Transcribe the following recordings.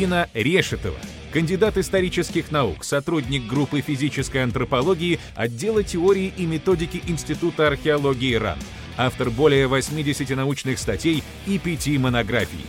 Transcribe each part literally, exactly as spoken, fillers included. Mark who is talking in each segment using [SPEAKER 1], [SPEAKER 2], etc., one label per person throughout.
[SPEAKER 1] Ирина Решетова, кандидат исторических наук, сотрудник группы физической антропологии отдела теории и методики Института археологии РАН, автор более восьмидесяти научных статей и пяти монографий.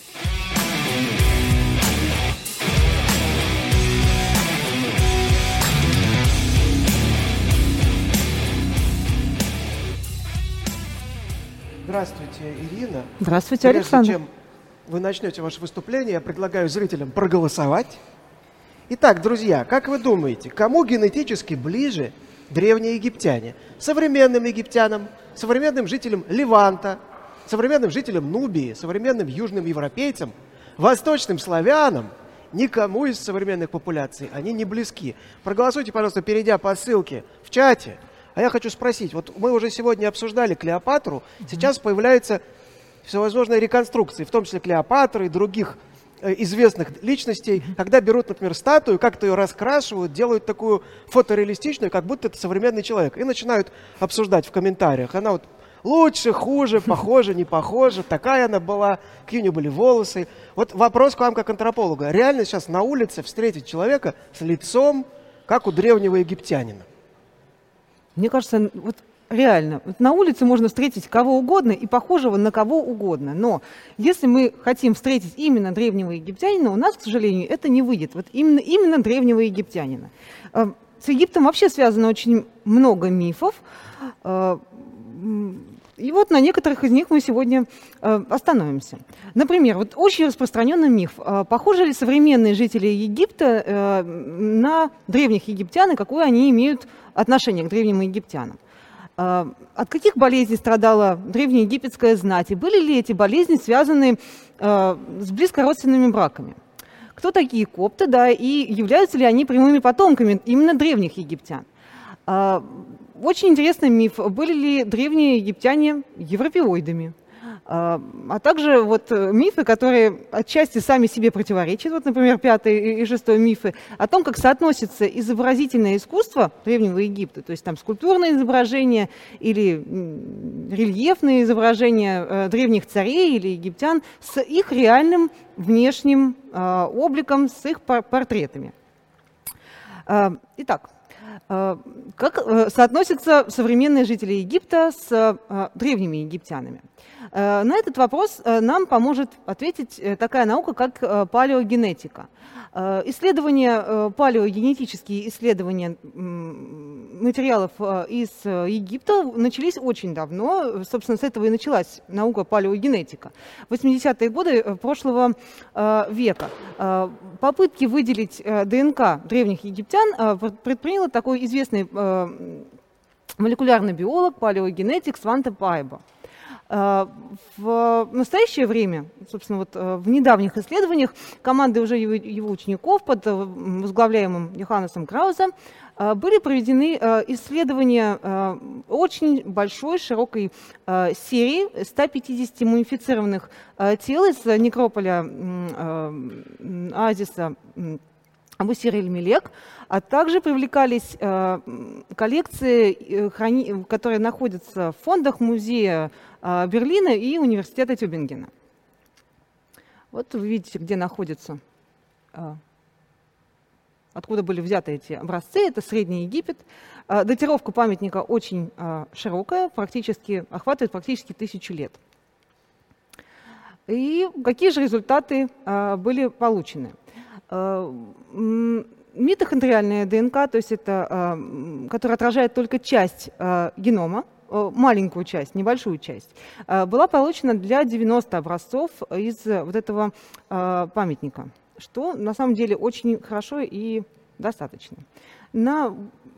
[SPEAKER 2] Здравствуйте, Ирина.
[SPEAKER 3] Здравствуйте, Александр.
[SPEAKER 2] Прежде чем вы начнете ваше выступление, я предлагаю зрителям проголосовать. Итак, друзья, как вы думаете, кому генетически ближе древние египтяне? Современным египтянам, современным жителям Леванта, современным жителям Нубии, современным южным европейцам, восточным славянам? Никому из современных популяций они не близки. Проголосуйте, пожалуйста, перейдя по ссылке в чате. А я хочу спросить, вот мы уже сегодня обсуждали Клеопатру, сейчас появляются всевозможные реконструкции, в том числе Клеопатры и других э, известных личностей, когда берут, например, статую, как-то ее раскрашивают, делают такую фотореалистичную, как будто это современный человек, и начинают обсуждать в комментариях. Она вот лучше, хуже, похожа, не похожа, такая она была, какие у нее были волосы. Вот вопрос к вам как антрополога. Реально сейчас на улице встретить человека с лицом, как у древнего египтянина?
[SPEAKER 3] Мне кажется, вот реально, вот на улице можно встретить кого угодно и похожего на кого угодно. Но если мы хотим встретить именно древнего египтянина, у нас, к сожалению, это не выйдет. Вот именно, именно древнего египтянина. С Египтом вообще связано очень много мифов. И вот на некоторых из них мы сегодня э, остановимся. Например, вот очень распространенный миф. Э, похожи ли современные жители Египта э, на древних египтян, и какое они имеют отношение к древним египтянам? Э, от каких болезней страдала древнеегипетская знать? И были ли эти болезни связаны э, с близкородственными браками? Кто такие копты, да, и являются ли они прямыми потомками именно древних египтян? Э, Очень интересный миф. Были ли древние египтяне европеоидами? А, а также вот мифы, которые отчасти сами себе противоречат. Вот, например, пятый и шестой мифы о том, как соотносится изобразительное искусство Древнего Египта, то есть там скульптурные изображения или рельефные изображения э, древних царей или египтян с их реальным внешним э, обликом, с их пор- портретами. Э, итак, как соотносятся современные жители Египта с древними египтянами? На этот вопрос нам поможет ответить такая наука, как палеогенетика. Исследования, палеогенетические исследования материалов из Египта начались очень давно. Собственно, с этого и началась наука палеогенетика. В восьмидесятые годы прошлого века. Попытки выделить ДНК древних египтян предпринял такой известный молекулярный биолог, палеогенетик Сванте Пайбо. В настоящее время, собственно, вот в недавних исследованиях команды уже его, его учеников под возглавляемым Йоханнесом Краузом были проведены исследования очень большой, широкой серии ста пятидесяти мумифицированных тел из некрополя оазиса Абу-Сир-эль-Мелек, а также привлекались э, коллекции, э, храни... которые находятся в фондах музея э, Берлина и университета Тюбингена. Вот вы видите, где находятся, э, откуда были взяты эти образцы. Это Средний Египет. Э, датировка памятника очень э, широкая, практически, охватывает практически тысячу лет. И какие же результаты э, были получены? Митохондриальная ДНК, то есть это, которая отражает только часть генома, маленькую часть, небольшую часть, была получена для девяноста образцов из вот этого памятника, что на самом деле очень хорошо и достаточно. На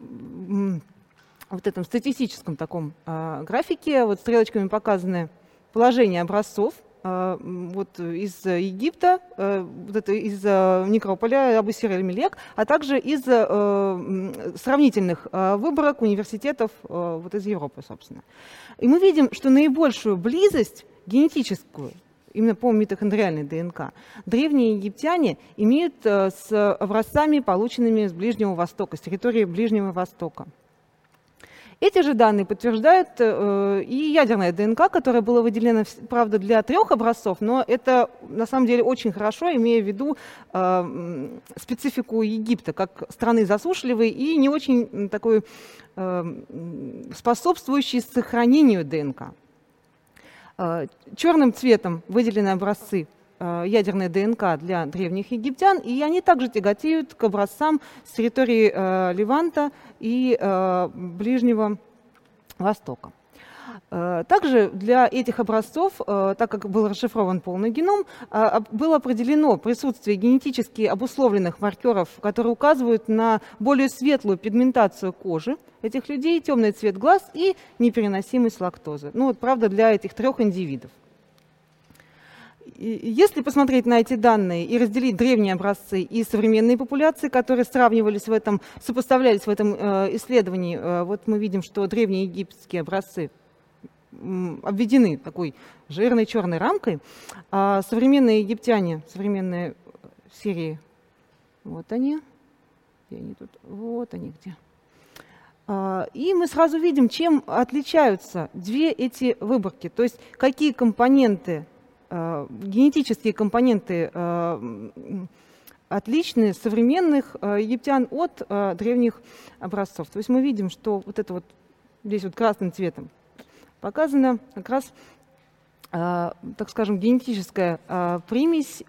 [SPEAKER 3] вот этом статистическом таком графике вот стрелочками показаны положение образцов вот из Египта, вот это из некрополя Абу-Сир-эль-Мелек, а также из сравнительных выборок университетов вот из Европы, собственно. И мы видим, что наибольшую близость генетическую, именно по митохондриальной ДНК, древние египтяне имеют с образцами, полученными с Ближнего Востока, с территории Ближнего Востока. Эти же данные подтверждают э, и ядерная ДНК, которая была выделена, правда, для трех образцов, но это на самом деле очень хорошо, имея в виду э, специфику Египта, как страны засушливой и не очень такой э, способствующей сохранению ДНК. Э, черным цветом выделены образцы ядерной ДНК для древних египтян, и они также тяготеют к образцам с территории э, Леванта и э, Ближнего Востока. Э, также для этих образцов, э, так как был расшифрован полный геном, э, было определено присутствие генетически обусловленных маркеров, которые указывают на более светлую пигментацию кожи этих людей, темный цвет глаз и непереносимость лактозы. Ну вот, правда, для этих трех индивидов. Если посмотреть на эти данные и разделить древние образцы и современные популяции, которые сравнивались в этом, сопоставлялись в этом э, исследовании, э, вот мы видим, что древние египетские образцы э, обведены такой жирной черной рамкой, а современные египтяне, современные серии, вот они, где они тут, вот они где. И мы сразу видим, чем отличаются две эти выборки, то есть какие компоненты, генетические компоненты отличны современных египтян от древних образцов. То есть мы видим, что вот это вот здесь вот красным цветом показано как раз, так скажем, генетическая примесь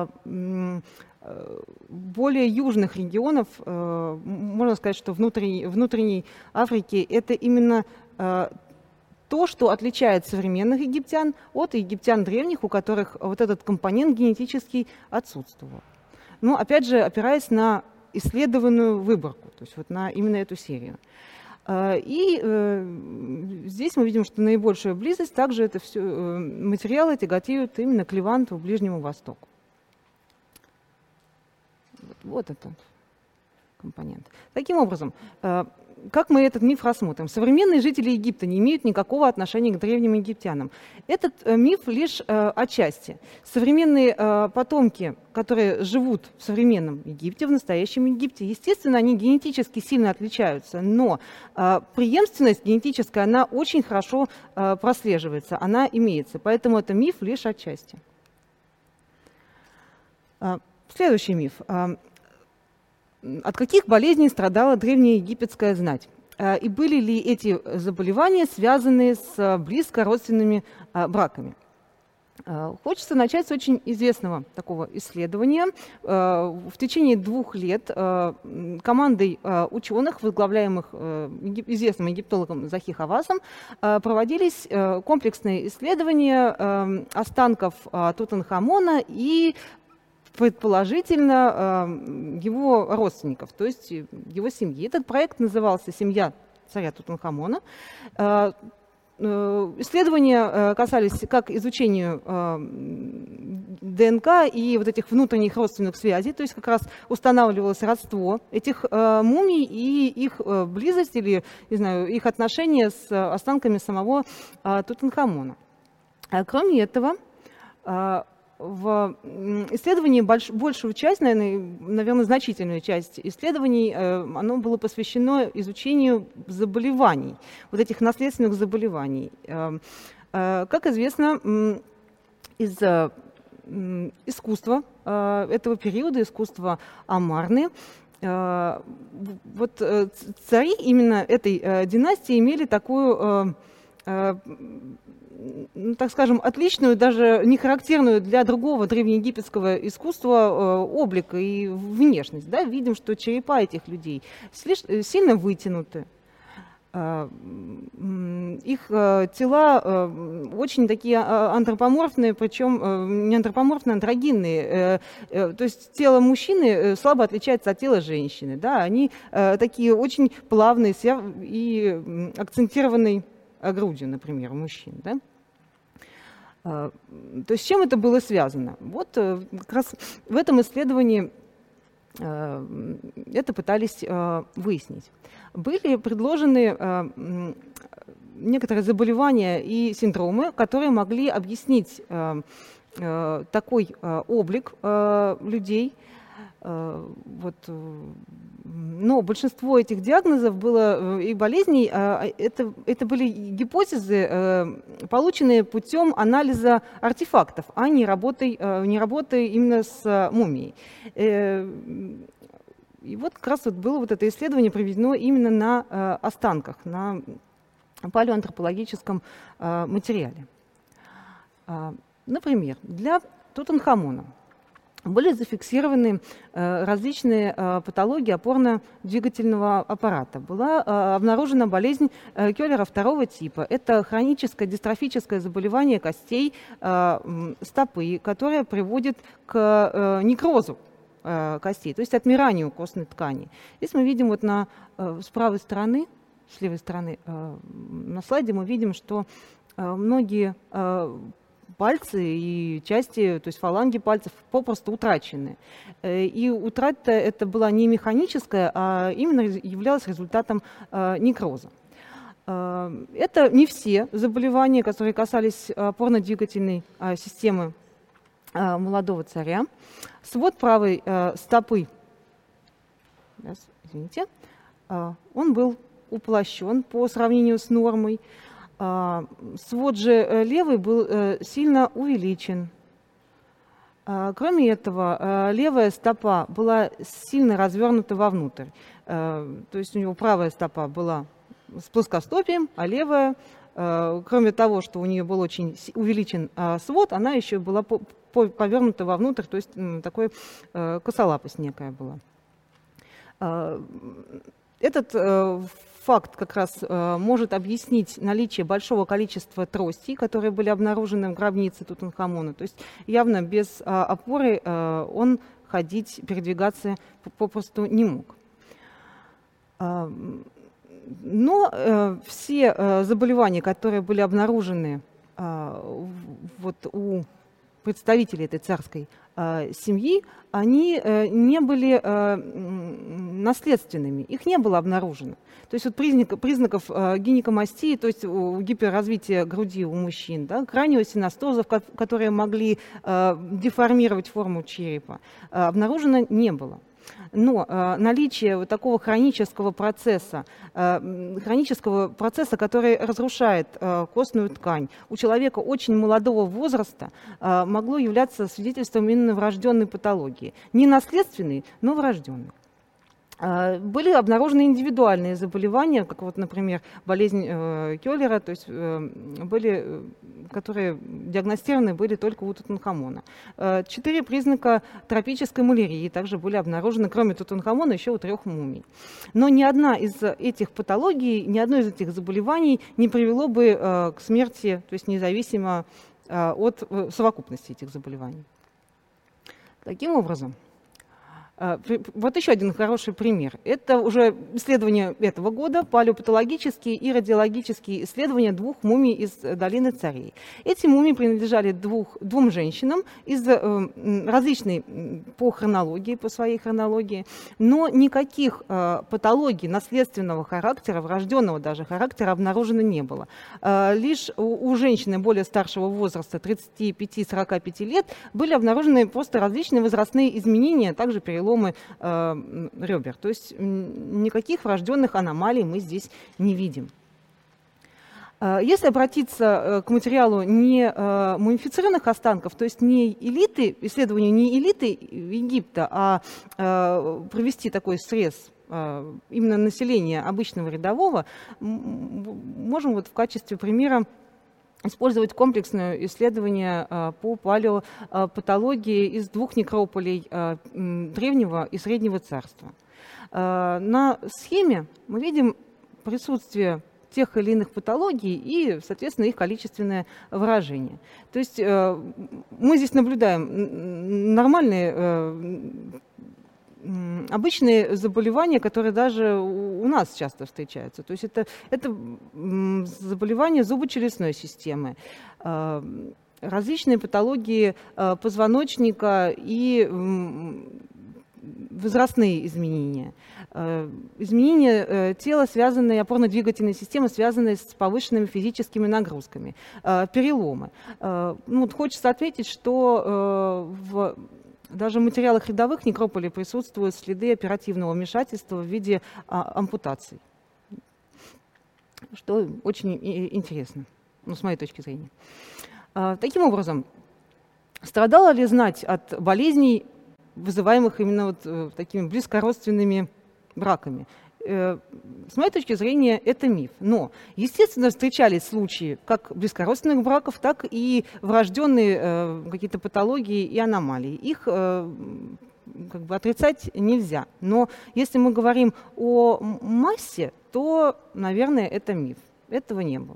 [SPEAKER 3] более южных регионов, можно сказать, что внутренней, внутренней Африки, это именно то, что отличает современных египтян от египтян древних, у которых вот этот компонент генетический отсутствовал. Но опять же, опираясь на исследованную выборку, то есть вот на именно эту серию. И э, здесь мы видим, что наибольшая близость, также это все э, материалы тяготеют именно к Леванту, Ближнему Востоку. Вот, вот этот компонент. Таким образом, э, как мы этот миф рассмотрим? Современные жители Египта не имеют никакого отношения к древним египтянам. Этот э, миф лишь э, отчасти. Современные э, потомки, которые живут в современном Египте, в настоящем Египте, естественно, они генетически сильно отличаются, но э, преемственность генетическая, она очень хорошо э, прослеживается, она имеется. Поэтому это миф лишь отчасти. Э, следующий миф. Э, От каких болезней страдала древняя египетская знать? И были ли эти заболевания связаны с близко родственными браками? Хочется начать с очень известного такого исследования. В течение двух лет командой ученых, возглавляемых известным египтологом Захи Хавасом, проводились комплексные исследования останков Тутанхамона и предположительно его родственников, то есть его семьи. Этот проект назывался «Семья царя Тутанхамона». Исследования касались как изучению ДНК и вот этих внутренних родственных связей, то есть как раз устанавливалось родство этих мумий и их близость или, не знаю, их отношения с останками самого Тутанхамона. Кроме этого, в исследовании больш, большую часть, наверное, наверное, значительную часть исследований, э, оно было посвящено изучению заболеваний, вот этих наследственных заболеваний. Э, э, как известно, э, из э, искусства э, этого периода, искусства Амарны, э, вот э, цари именно этой э, династии имели такую, э, э, ну, так скажем, отличную, даже не характерную для другого древнеегипетского искусства э, облик и внешность. Да? Видим, что черепа этих людей слишком сильно вытянуты. Э, их э, тела э, очень такие антропоморфные, причем э, не антропоморфные, а андрогинные. Э, э, то есть тело мужчины слабо отличается от тела женщины. Да? Они э, такие очень плавные и акцентированные грудью, например, у мужчин. Да? То есть с чем это было связано? Вот как раз в этом исследовании это пытались выяснить. Были предложены некоторые заболевания и синдромы, которые могли объяснить такой облик людей. Вот Но большинство этих диагнозов было и болезней, это, это были гипотезы, полученные путем анализа артефактов, а не работой, не работой именно с мумией. И вот как раз вот было вот это исследование проведено именно на останках, на палеоантропологическом материале. Например, для Тутанхамона были зафиксированы э, различные э, патологии опорно-двигательного аппарата. Была э, обнаружена болезнь э, Кёллера второго типа. Это хроническое дистрофическое заболевание костей э, стопы, которое приводит к э, некрозу э, костей, то есть отмиранию костной ткани. Здесь мы видим вот на, э, с правой стороны, с левой стороны э, на слайде мы видим, что э, многие э, пальцы и части, то есть фаланги пальцев попросту утрачены. И утрата это была не механическая, а именно являлась результатом э, некроза. Э, это не все заболевания, которые касались опорно-двигательной э, системы э, молодого царя. Свод правой э, стопы, извините, э, он был уплощен по сравнению с нормой. Свод же левый был сильно увеличен. Кроме этого, левая стопа была сильно развернута вовнутрь. То есть у него правая стопа была с плоскостопием, а левая, кроме того, что у нее был очень увеличен свод, она еще была повернута вовнутрь, то есть такой косолапость некая была. Этот факт как раз э, может объяснить наличие большого количества тростей, которые были обнаружены в гробнице Тутанхамона. То есть явно без э, опоры э, он ходить, передвигаться попросту не мог. Э, но э, все э, заболевания, которые были обнаружены э, вот у представителей этой царской э, семьи, они э, не были э, наследственными, их не было обнаружено. То есть вот признак, признаков э, гинекомастии, то есть у гиперразвития груди у мужчин, да, краниосиностозов, которые могли э, деформировать форму черепа, э, обнаружено не было. Но э, наличие вот такого хронического процесса, э, хронического процесса, который разрушает э, костную ткань, у человека очень молодого возраста э, могло являться свидетельством именно врожденной патологии. Не наследственной, но врожденной. Были обнаружены индивидуальные заболевания, как вот, например, болезнь э, Кёллера, то есть э, были, которые диагностированы были только у Тутанхамона. Э, четыре признака тропической малярии также были обнаружены, кроме Тутанхамона, еще у трех мумий. Но ни одна из этих патологий, ни одно из этих заболеваний не привело бы э, к смерти, то есть независимо э, от э, совокупности этих заболеваний. Таким образом, вот еще один хороший пример. Это уже исследования этого года, палеопатологические и радиологические исследования двух мумий из долины царей. Эти мумии принадлежали двух, двум женщинам из э, различной по хронологии, по своей хронологии, но никаких э, патологий наследственного характера, врожденного даже характера обнаружено не было. Э, лишь у, у женщины более старшего возраста, тридцати пяти — сорока пяти лет, были обнаружены просто различные возрастные изменения, также переломы э, ребер. То есть никаких врожденных аномалий мы здесь не видим. Если обратиться к материалу не э, мумифицированных останков, то есть не элиты, исследования не элиты Египта, а э, провести такой срез э, именно населения обычного рядового, можем вот в качестве примера использовать комплексное исследование э, по палеопатологии из двух некрополей э, Древнего и Среднего царства. Э, на схеме мы видим присутствие тех или иных патологий и, соответственно, их количественное выражение. То есть э, мы здесь наблюдаем нормальные, э, обычные заболевания, которые даже у нас часто встречаются. То есть это, это заболевания зубочелюстной системы, э, различные патологии э, позвоночника и э, возрастные изменения. Изменения тела, связанные, опорно-двигательной системы, связанные с повышенными физическими нагрузками, переломы. Ну, вот хочется отметить, что в даже в материалах рядовых некрополей присутствуют следы оперативного вмешательства в виде а, ампутаций, что очень интересно, ну, с моей точки зрения. А, таким образом, страдала ли знать от болезней, вызываемых именно вот э, такими близкородственными браками? Э, с моей точки зрения, это миф. Но, естественно, встречались случаи как близкородственных браков, так и врожденные э, какие-то патологии и аномалии. Их э, как бы отрицать нельзя. Но если мы говорим о массе, то, наверное, это миф. Этого не было.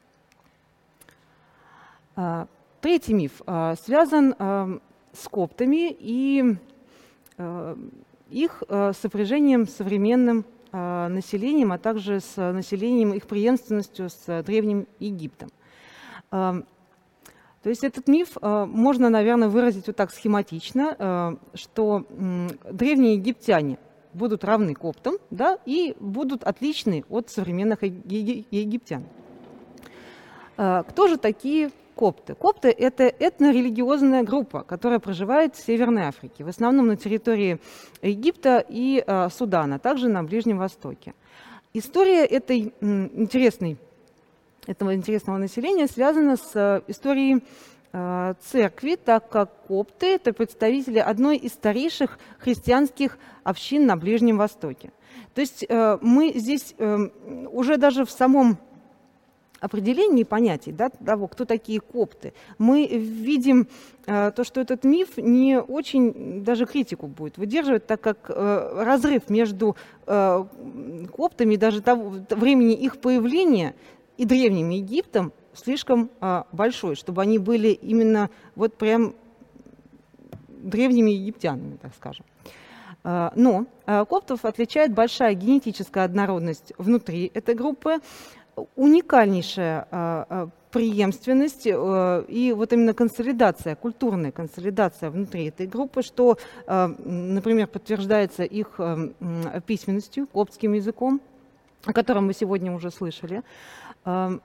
[SPEAKER 3] А, третий миф а, связан а, с коптами и а, их а, сопряжением с современным а, населением, а также с населением, их преемственностью с Древним Египтом. А, то есть этот миф а, можно, наверное, выразить вот так схематично, а, что м, древние египтяне будут равны коптам, да, и будут отличны от современных египтян. А, кто же такие копты? Копты – это этнорелигиозная группа, которая проживает в Северной Африке, в основном на территории Египта и а, Судана, также на Ближнем Востоке. История этой интересной, этого интересного населения связана с а, историей а, церкви, так как копты – это представители одной из старейших христианских общин на Ближнем Востоке. То есть а, мы здесь а, уже даже в самом определении понятий, да, того, кто такие копты, мы видим э, то, что этот миф не очень даже критику будет выдерживать, так как э, разрыв между э, коптами, даже того времени их появления и Древним Египтом слишком э, большой, чтобы они были именно вот прям древними египтянами, так скажем. Э, но э, коптов отличает большая генетическая однородность внутри этой группы, уникальнейшая а, преемственность а, и вот именно консолидация, культурная консолидация внутри этой группы, что, а, например, подтверждается их а, письменностью, коптским языком, о котором мы сегодня уже слышали. А,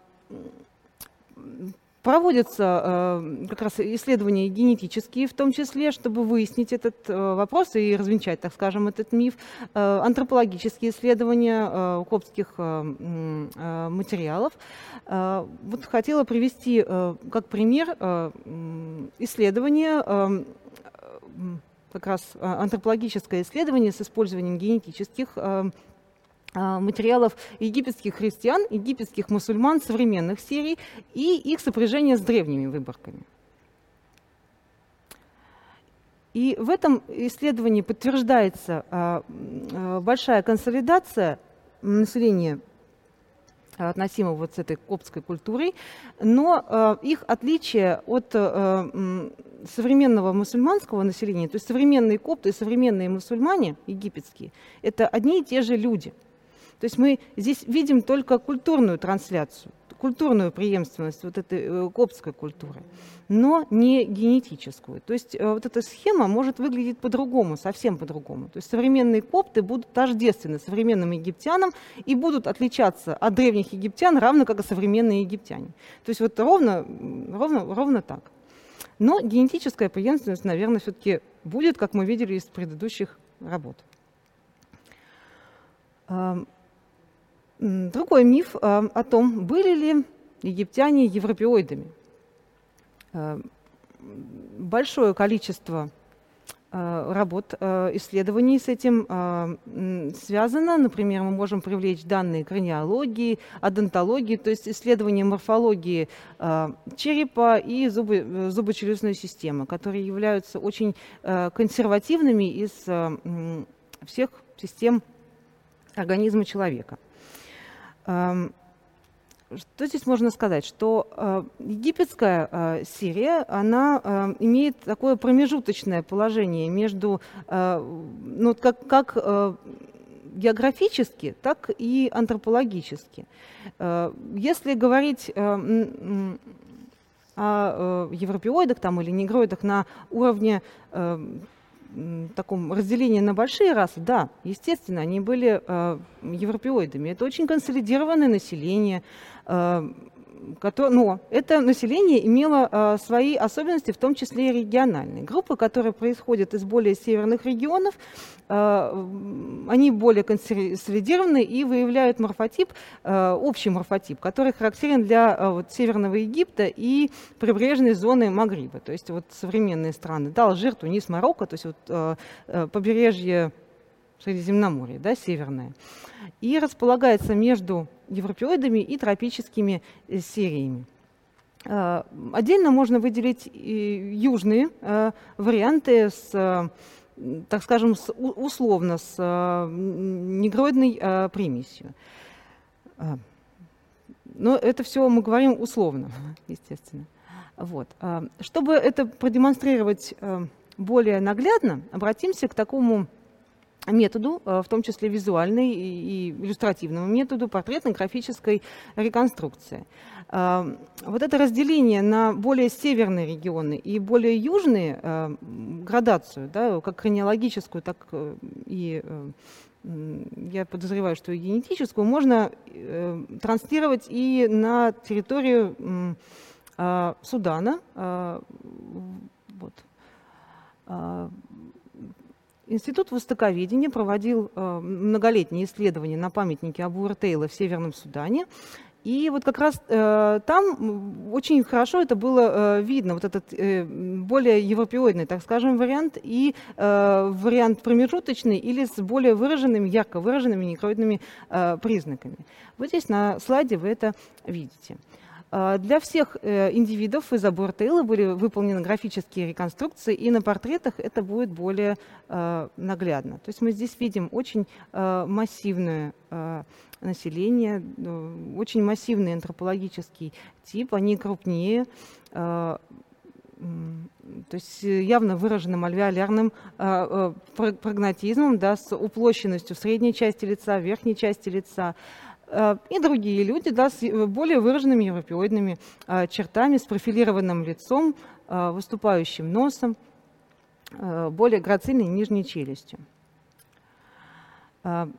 [SPEAKER 3] Проводятся э, как раз исследования генетические, в том числе, чтобы выяснить этот э, вопрос и развенчать, так скажем, этот миф. Э, антропологические исследования э, коптских э, э, материалов. Э, вот хотела привести э, как пример э, исследование, э, как раз антропологическое исследование с использованием генетических э, материалов египетских христиан, египетских мусульман современных Сирий и их сопряжение с древними выборками. И в этом исследовании подтверждается а, а, большая консолидация населения, относимого вот с этой коптской культурой, но а, их отличие от а, современного мусульманского населения, то есть современные копты и современные мусульмане египетские, это одни и те же люди. То есть мы здесь видим только культурную трансляцию, культурную преемственность вот этой э, коптской культуры, но не генетическую. То есть э, вот эта схема может выглядеть по-другому, совсем по-другому. То есть современные копты будут тождественны современным египтянам и будут отличаться от древних египтян, равно как и современные египтяне. То есть вот ровно, ровно, ровно так. Но генетическая преемственность, наверное, все-таки будет, как мы видели из предыдущих работ. Другой миф о том, были ли египтяне европеоидами. Большое количество работ, исследований с этим связано. Например, мы можем привлечь данные краниологии, одонтологии, то есть исследования морфологии черепа и зубы, зубочелюстной системы, которые являются очень консервативными из всех систем организма человека. Что здесь можно сказать? Что э, египетская э, Сирия, она э, имеет такое промежуточное положение между, э, ну, как, как э, географически, так и антропологически. Э, если говорить э, о э, европеоидах там, или негроидах на уровне э, таком разделении на большие расы, да, естественно, они были э, европеоидами. Это очень консолидированное население, э, Но это население имело свои особенности, в том числе и региональные. Группы, которые происходят из более северных регионов, они более консолидированы и выявляют морфотип, общий морфотип, который характерен для вот, Северного Египта и прибрежной зоны Магриба, то есть вот современные страны, да, Алжир, Тунис, Марокко, то есть вот, побережье Средиземноморья, да, северное, и располагается между европеоидами и тропическими сериями. Отдельно можно выделить южные варианты с, так скажем, с, условно с негроидной примесью. Но это все мы говорим условно, естественно. Вот. Чтобы это продемонстрировать более наглядно, обратимся к такому методу, в том числе визуальной и иллюстративному методу портретно-графической реконструкции. Вот это разделение на более северные регионы и более южные, градацию, да, как хронологическую, так и, я подозреваю, что и генетическую, можно транслировать и на территорию Судана. Вот. Институт востоковедения проводил э, многолетние исследования на памятнике Абу-эр-Тейла в Северном Судане. И вот как раз э, там очень хорошо это было э, видно, вот этот э, более европеоидный, так скажем, вариант и э, вариант промежуточный или с более выраженными, ярко выраженными негроидными э, признаками. Вот здесь на слайде вы это видите. Для всех индивидов из Абу-эр-Тейла были выполнены графические реконструкции, и на портретах это будет более наглядно. То есть мы здесь видим очень массивное население, очень массивный антропологический тип, они крупнее, то есть явно выраженным альвеолярным прогнатизмом, да, с уплощенностью в средней части лица, в верхней части лица. И другие люди, да, с более выраженными европеоидными а, чертами, с профилированным лицом, а, выступающим носом, а, более грацильной нижней челюстью. А,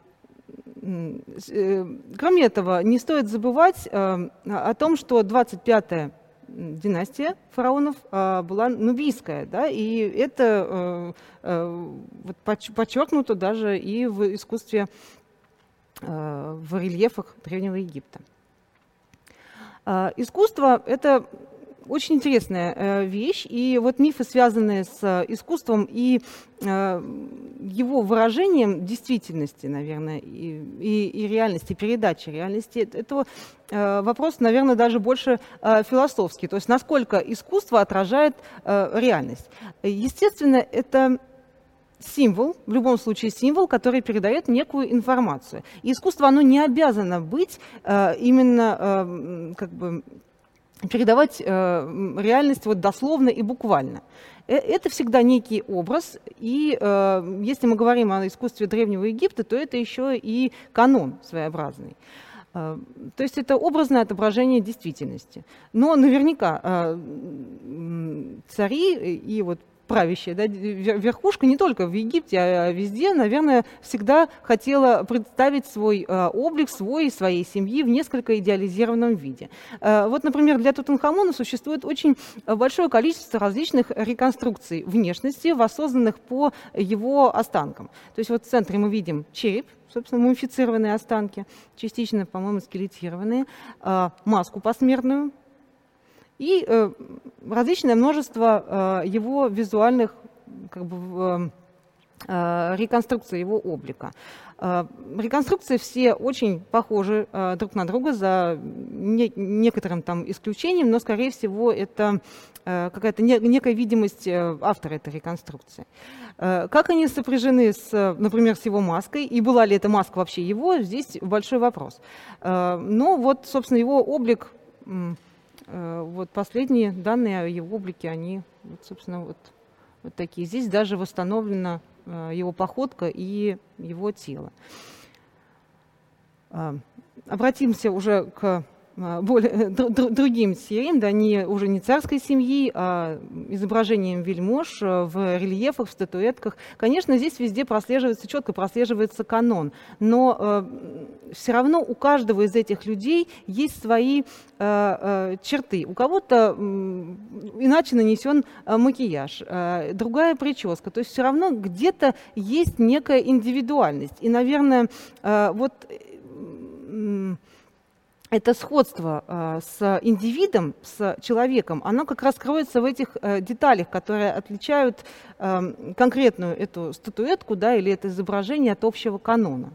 [SPEAKER 3] кроме этого, не стоит забывать а, о том, что двадцать пятая династия фараонов а, была нубийская, да, и это а, а, вот, подчеркнуто даже и в искусстве, в рельефах Древнего Египта. Искусство – это очень интересная вещь, и вот мифы, связанные с искусством и его выражением действительности, наверное, и, и, и реальности, передачи реальности, это вопрос, наверное, даже больше философский, то есть насколько искусство отражает реальность. Естественно, это символ, в любом случае символ, который передает некую информацию. И искусство, оно не обязано быть э, именно, э, как бы, передавать э, реальность вот дословно и буквально. Э, это всегда некий образ, и э, если мы говорим о искусстве Древнего Египта, то это еще и канон своеобразный. Э, то есть это образное отображение действительности. Но наверняка э, цари и вот правящая, да, верхушка не только в Египте, а везде, наверное, всегда хотела представить свой э, облик, свой, своей семьи в несколько идеализированном виде. Э, вот, например, для Тутанхамона существует очень большое количество различных реконструкций внешности, воссозданных по его останкам. То есть вот в центре мы видим череп, собственно, мумифицированные останки, частично, по-моему, скелетированные, э, маску посмертную, и э, различное множество э, его визуальных, как бы, э, реконструкций его облика. Э, реконструкции все очень похожи э, друг на друга, за не, некоторым там исключением, но, скорее всего, это э, какая-то не, некая видимость э, автора этой реконструкции. Э, как они сопряжены, с, например, с его маской, и была ли эта маска вообще его, здесь большой вопрос. Э, но вот, собственно, его облик... Вот последние данные о его облике, они, вот, собственно, вот, вот такие. Здесь даже восстановлена э, его походка и его тело. Э, обратимся уже к более, другим сериям, да, не, уже не царской семьи, а изображением вельмож в рельефах, в статуэтках. Конечно, здесь везде прослеживается, четко прослеживается канон, но э, все равно у каждого из этих людей есть свои э, э, черты. У кого-то э, иначе нанесен э, макияж, э, другая прическа. То есть все равно где-то есть некая индивидуальность. И, наверное, э, вот э, это сходство э, с индивидом, с человеком, оно как раз кроется в этих э, деталях, которые отличают э, конкретную эту статуэтку, да, или это изображение от общего канона.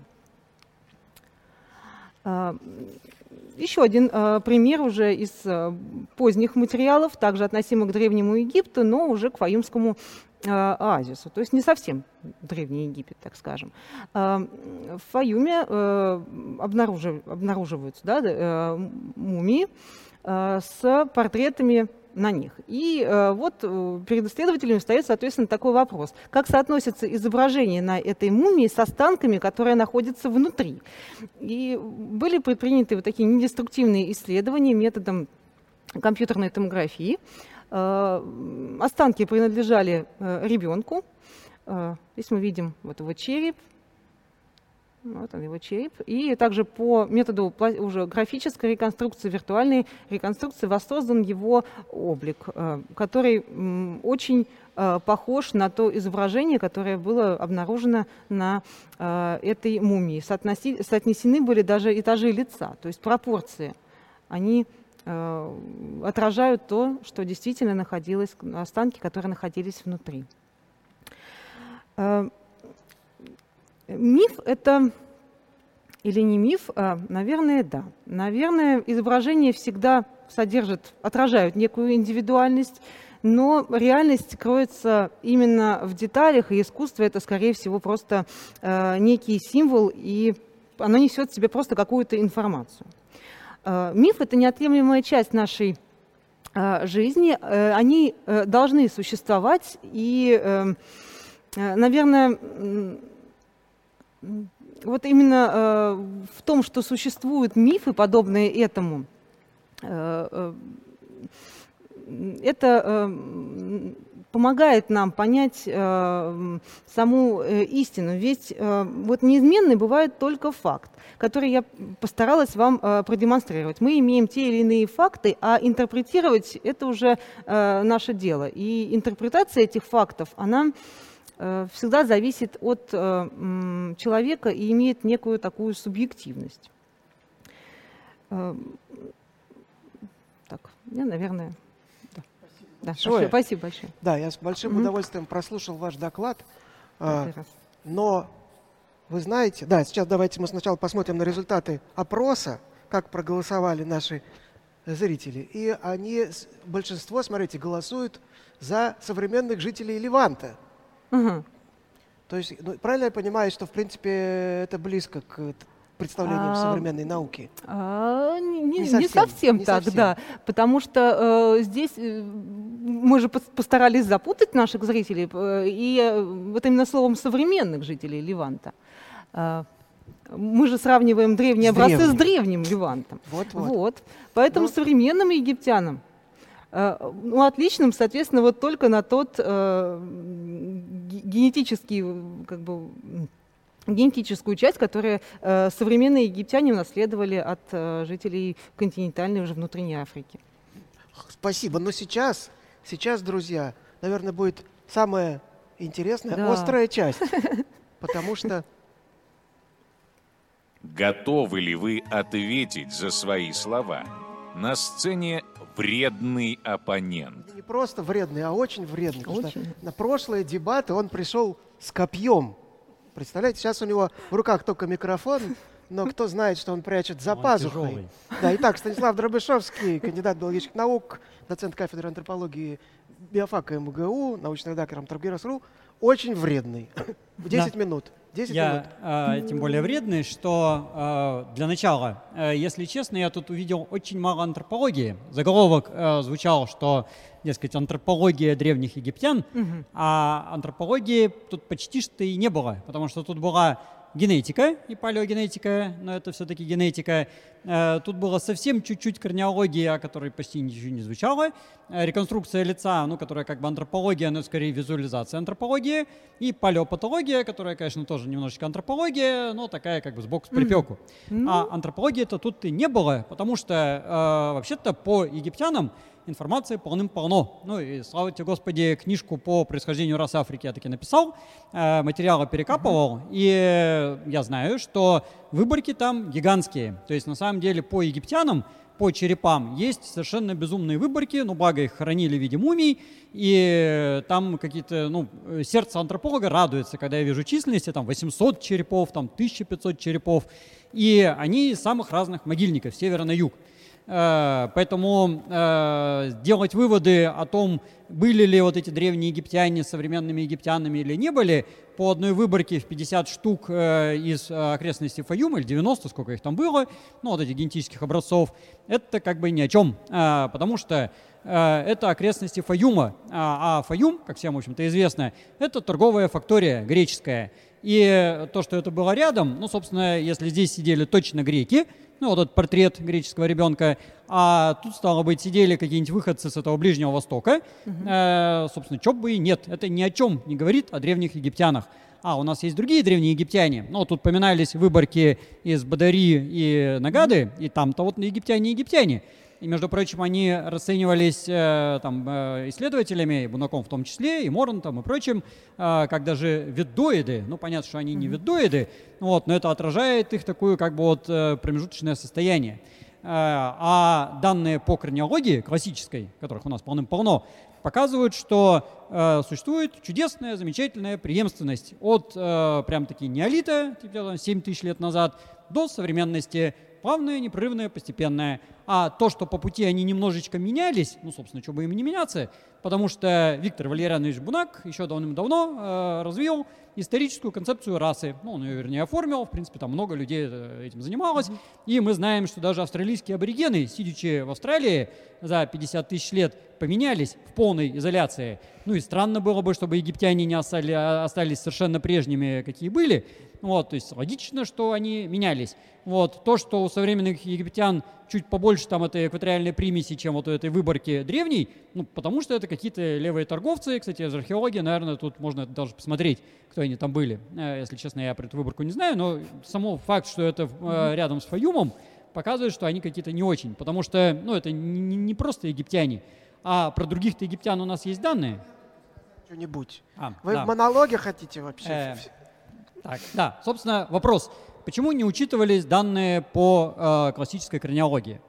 [SPEAKER 3] Э, еще один э, пример уже из э, поздних материалов, также относимых к Древнему Египту, но уже к Фаюмскому оазису, то есть не совсем Древний Египет, так скажем. В Фаюме обнаружив, обнаруживаются, да, мумии с портретами на них. И вот перед исследователями встает, соответственно, такой вопрос. Как соотносится изображение на этой мумии с останками, которые находятся внутри? И были предприняты вот такие недеструктивные исследования методом компьютерной томографии. Останки принадлежали ребенку. Здесь мы видим вот его череп. Вот он, его череп. И также по методу уже графической реконструкции, виртуальной реконструкции воссоздан его облик, который очень похож на то изображение, которое было обнаружено на этой мумии. Соотноси, соотнесены были даже этажи лица, то есть пропорции. Они отражают то, что действительно находилось, останки, которые находились внутри. Миф это или не миф? Наверное, да. Наверное, изображения всегда содержат, отражают некую индивидуальность, но реальность кроется именно в деталях, и искусство это, скорее всего, просто некий символ, и оно несет в себе просто какую-то информацию. Миф — это неотъемлемая часть нашей жизни, они должны существовать, и, наверное, вот именно в том, что существуют мифы, подобные этому, это помогает нам понять э, саму э, истину. Ведь э, вот неизменный бывает только факт, который я постаралась вам э, продемонстрировать. Мы имеем те или иные факты, а интерпретировать это уже э, наше дело. И интерпретация этих фактов, она э, всегда зависит от э, человека и имеет некую такую субъективность. Э, так, я, наверное... Да, большое. Спасибо большое.
[SPEAKER 2] Да, я с большим mm-hmm. удовольствием прослушал ваш доклад. А, но вы знаете, да, сейчас давайте мы сначала посмотрим на результаты опроса, как проголосовали наши зрители. И они, большинство, смотрите, голосуют за современных жителей Леванта. Mm-hmm. То есть, ну, правильно я понимаю, что, в принципе, это близко к представлениям а, современной науки?
[SPEAKER 3] А, не, не, совсем, не совсем не так, совсем. Да. Потому что э, здесь э, мы же постарались запутать наших зрителей, э, и э, вот именно словом современных жителей Леванта. Э, мы же сравниваем древние с образцы древним. с древним Левантом. Вот, вот. Вот. Поэтому вот. Современным египтянам, э, ну, отличным, соответственно, вот только на тот э, генетический, как бы, генетическую часть, которую э, современные египтяне унаследовали от э, жителей континентальной, уже внутренней Африки.
[SPEAKER 2] Спасибо. Но сейчас, сейчас, друзья, наверное, будет самая интересная, да. острая часть. Потому что...
[SPEAKER 1] Готовы ли вы ответить за свои слова? На сцене вредный оппонент.
[SPEAKER 2] Не просто вредный, а очень вредный. Очень. Потому что на прошлые дебаты он пришел с копьем. Представляете, сейчас у него в руках только микрофон, но кто знает, что он прячет за он пазухой. Тяжелый. Да, итак, Станислав Дробышевский, кандидат биологических наук, доцент кафедры антропологии биофака эм гэ у, научный редактор Антропогенез точка ру, очень вредный. десять да. минут. десять
[SPEAKER 4] я,
[SPEAKER 2] минут.
[SPEAKER 4] Э, тем более вредный, что э, для начала, э, если честно, я тут увидел очень мало антропологии. Заголовок э, звучал, что, дескать, антропология древних египтян, угу. а антропологии тут почти что и не было, потому что тут была генетика и палеогенетика, но это все-таки генетика. Тут было совсем чуть-чуть корнеология, о которой почти ничего не звучало. Реконструкция лица, ну, которая как бы антропология, но скорее визуализация антропологии. И палеопатология, которая, конечно, тоже немножечко антропология, но такая как бы сбоку с припеку. Mm-hmm. А антропологии-то тут и не было, потому что э, вообще-то по египтянам информации полным-полно. Ну и, слава тебе, Господи, книжку по происхождению рас Африки я таки написал, э, материалы перекапывал, uh-huh. и я знаю, что выборки там гигантские. То есть, на самом деле, по египтянам, по черепам есть совершенно безумные выборки, ну, благо их хоронили в виде мумий, и там какие-то, ну, сердце антрополога радуется, когда я вижу численности, там восемьсот черепов, там тысяча пятьсот черепов, и они из самых разных могильников, с севера на юг. Поэтому э, делать выводы о том, были ли вот эти древние египтяне современными египтянами или не были, по одной выборке в пятьдесят штук э, из окрестностей Фаюма, или девяносто, сколько их там было, ну вот этих генетических образцов, это как бы ни о чем, э, потому что э, это окрестности Фаюма, а, а Фаюм, как всем, в общем-то, известно, это торговая фактория греческая. И то, что это было рядом, ну, собственно, если здесь сидели точно греки, ну, вот этот портрет греческого ребенка, а тут, стало быть, сидели какие-нибудь выходцы с этого Ближнего Востока, uh-huh. э, собственно, чё бы и нет, это ни о чем не говорит о древних египтянах. А, у нас есть другие древние египтяне, ну, тут поминались выборки из Бадари и Нагады, и там-то вот египтяне-египтяне. И, между прочим, они расценивались э, там, э, исследователями, и Бунаком в том числе, и Моронтом, и прочим, э, как даже веддоиды. Ну, понятно, что они не веддоиды, вот, но это отражает их такое как бы вот э, промежуточное состояние. Э, а данные по корнеологии классической, которых у нас полным-полно, показывают, что э, существует чудесная, замечательная преемственность от э, прям-таки неолита, типа семь тысяч лет назад, до современности, плавная, непрерывная, постепенная. А то, что по пути они немножечко менялись, ну, собственно, что бы им не меняться, потому что Виктор Валерьянович Бунак еще давным-давно э, развил историческую концепцию расы. Ну, он ее, вернее, оформил. В принципе, там много людей этим занималось. Mm-hmm. И мы знаем, что даже австралийские аборигены, сидячи в Австралии за пятьдесят тысяч лет, поменялись в полной изоляции. Ну и странно было бы, чтобы египтяне не остали, остались совершенно прежними, какие были. Вот, то есть логично, что они менялись. Вот, то, что у современных египтян чуть побольше там этой экваториальной примеси, чем вот у этой выборки древней, ну, потому что это какие-то левые торговцы. Кстати, из археологии, наверное, тут можно даже посмотреть, кто они там были. Если честно, я про эту выборку не знаю, но само факт, что это э, рядом с Фаюмом, показывает, что они какие-то не очень, потому что, ну, это не, не просто египтяне, а про других-то египтян у нас есть данные.
[SPEAKER 2] Что-нибудь.
[SPEAKER 4] А,
[SPEAKER 2] Вы
[SPEAKER 4] да.
[SPEAKER 2] в монологе хотите вообще?
[SPEAKER 4] Э, так, да, собственно, вопрос. Почему не учитывались данные по э, классической корнеологии?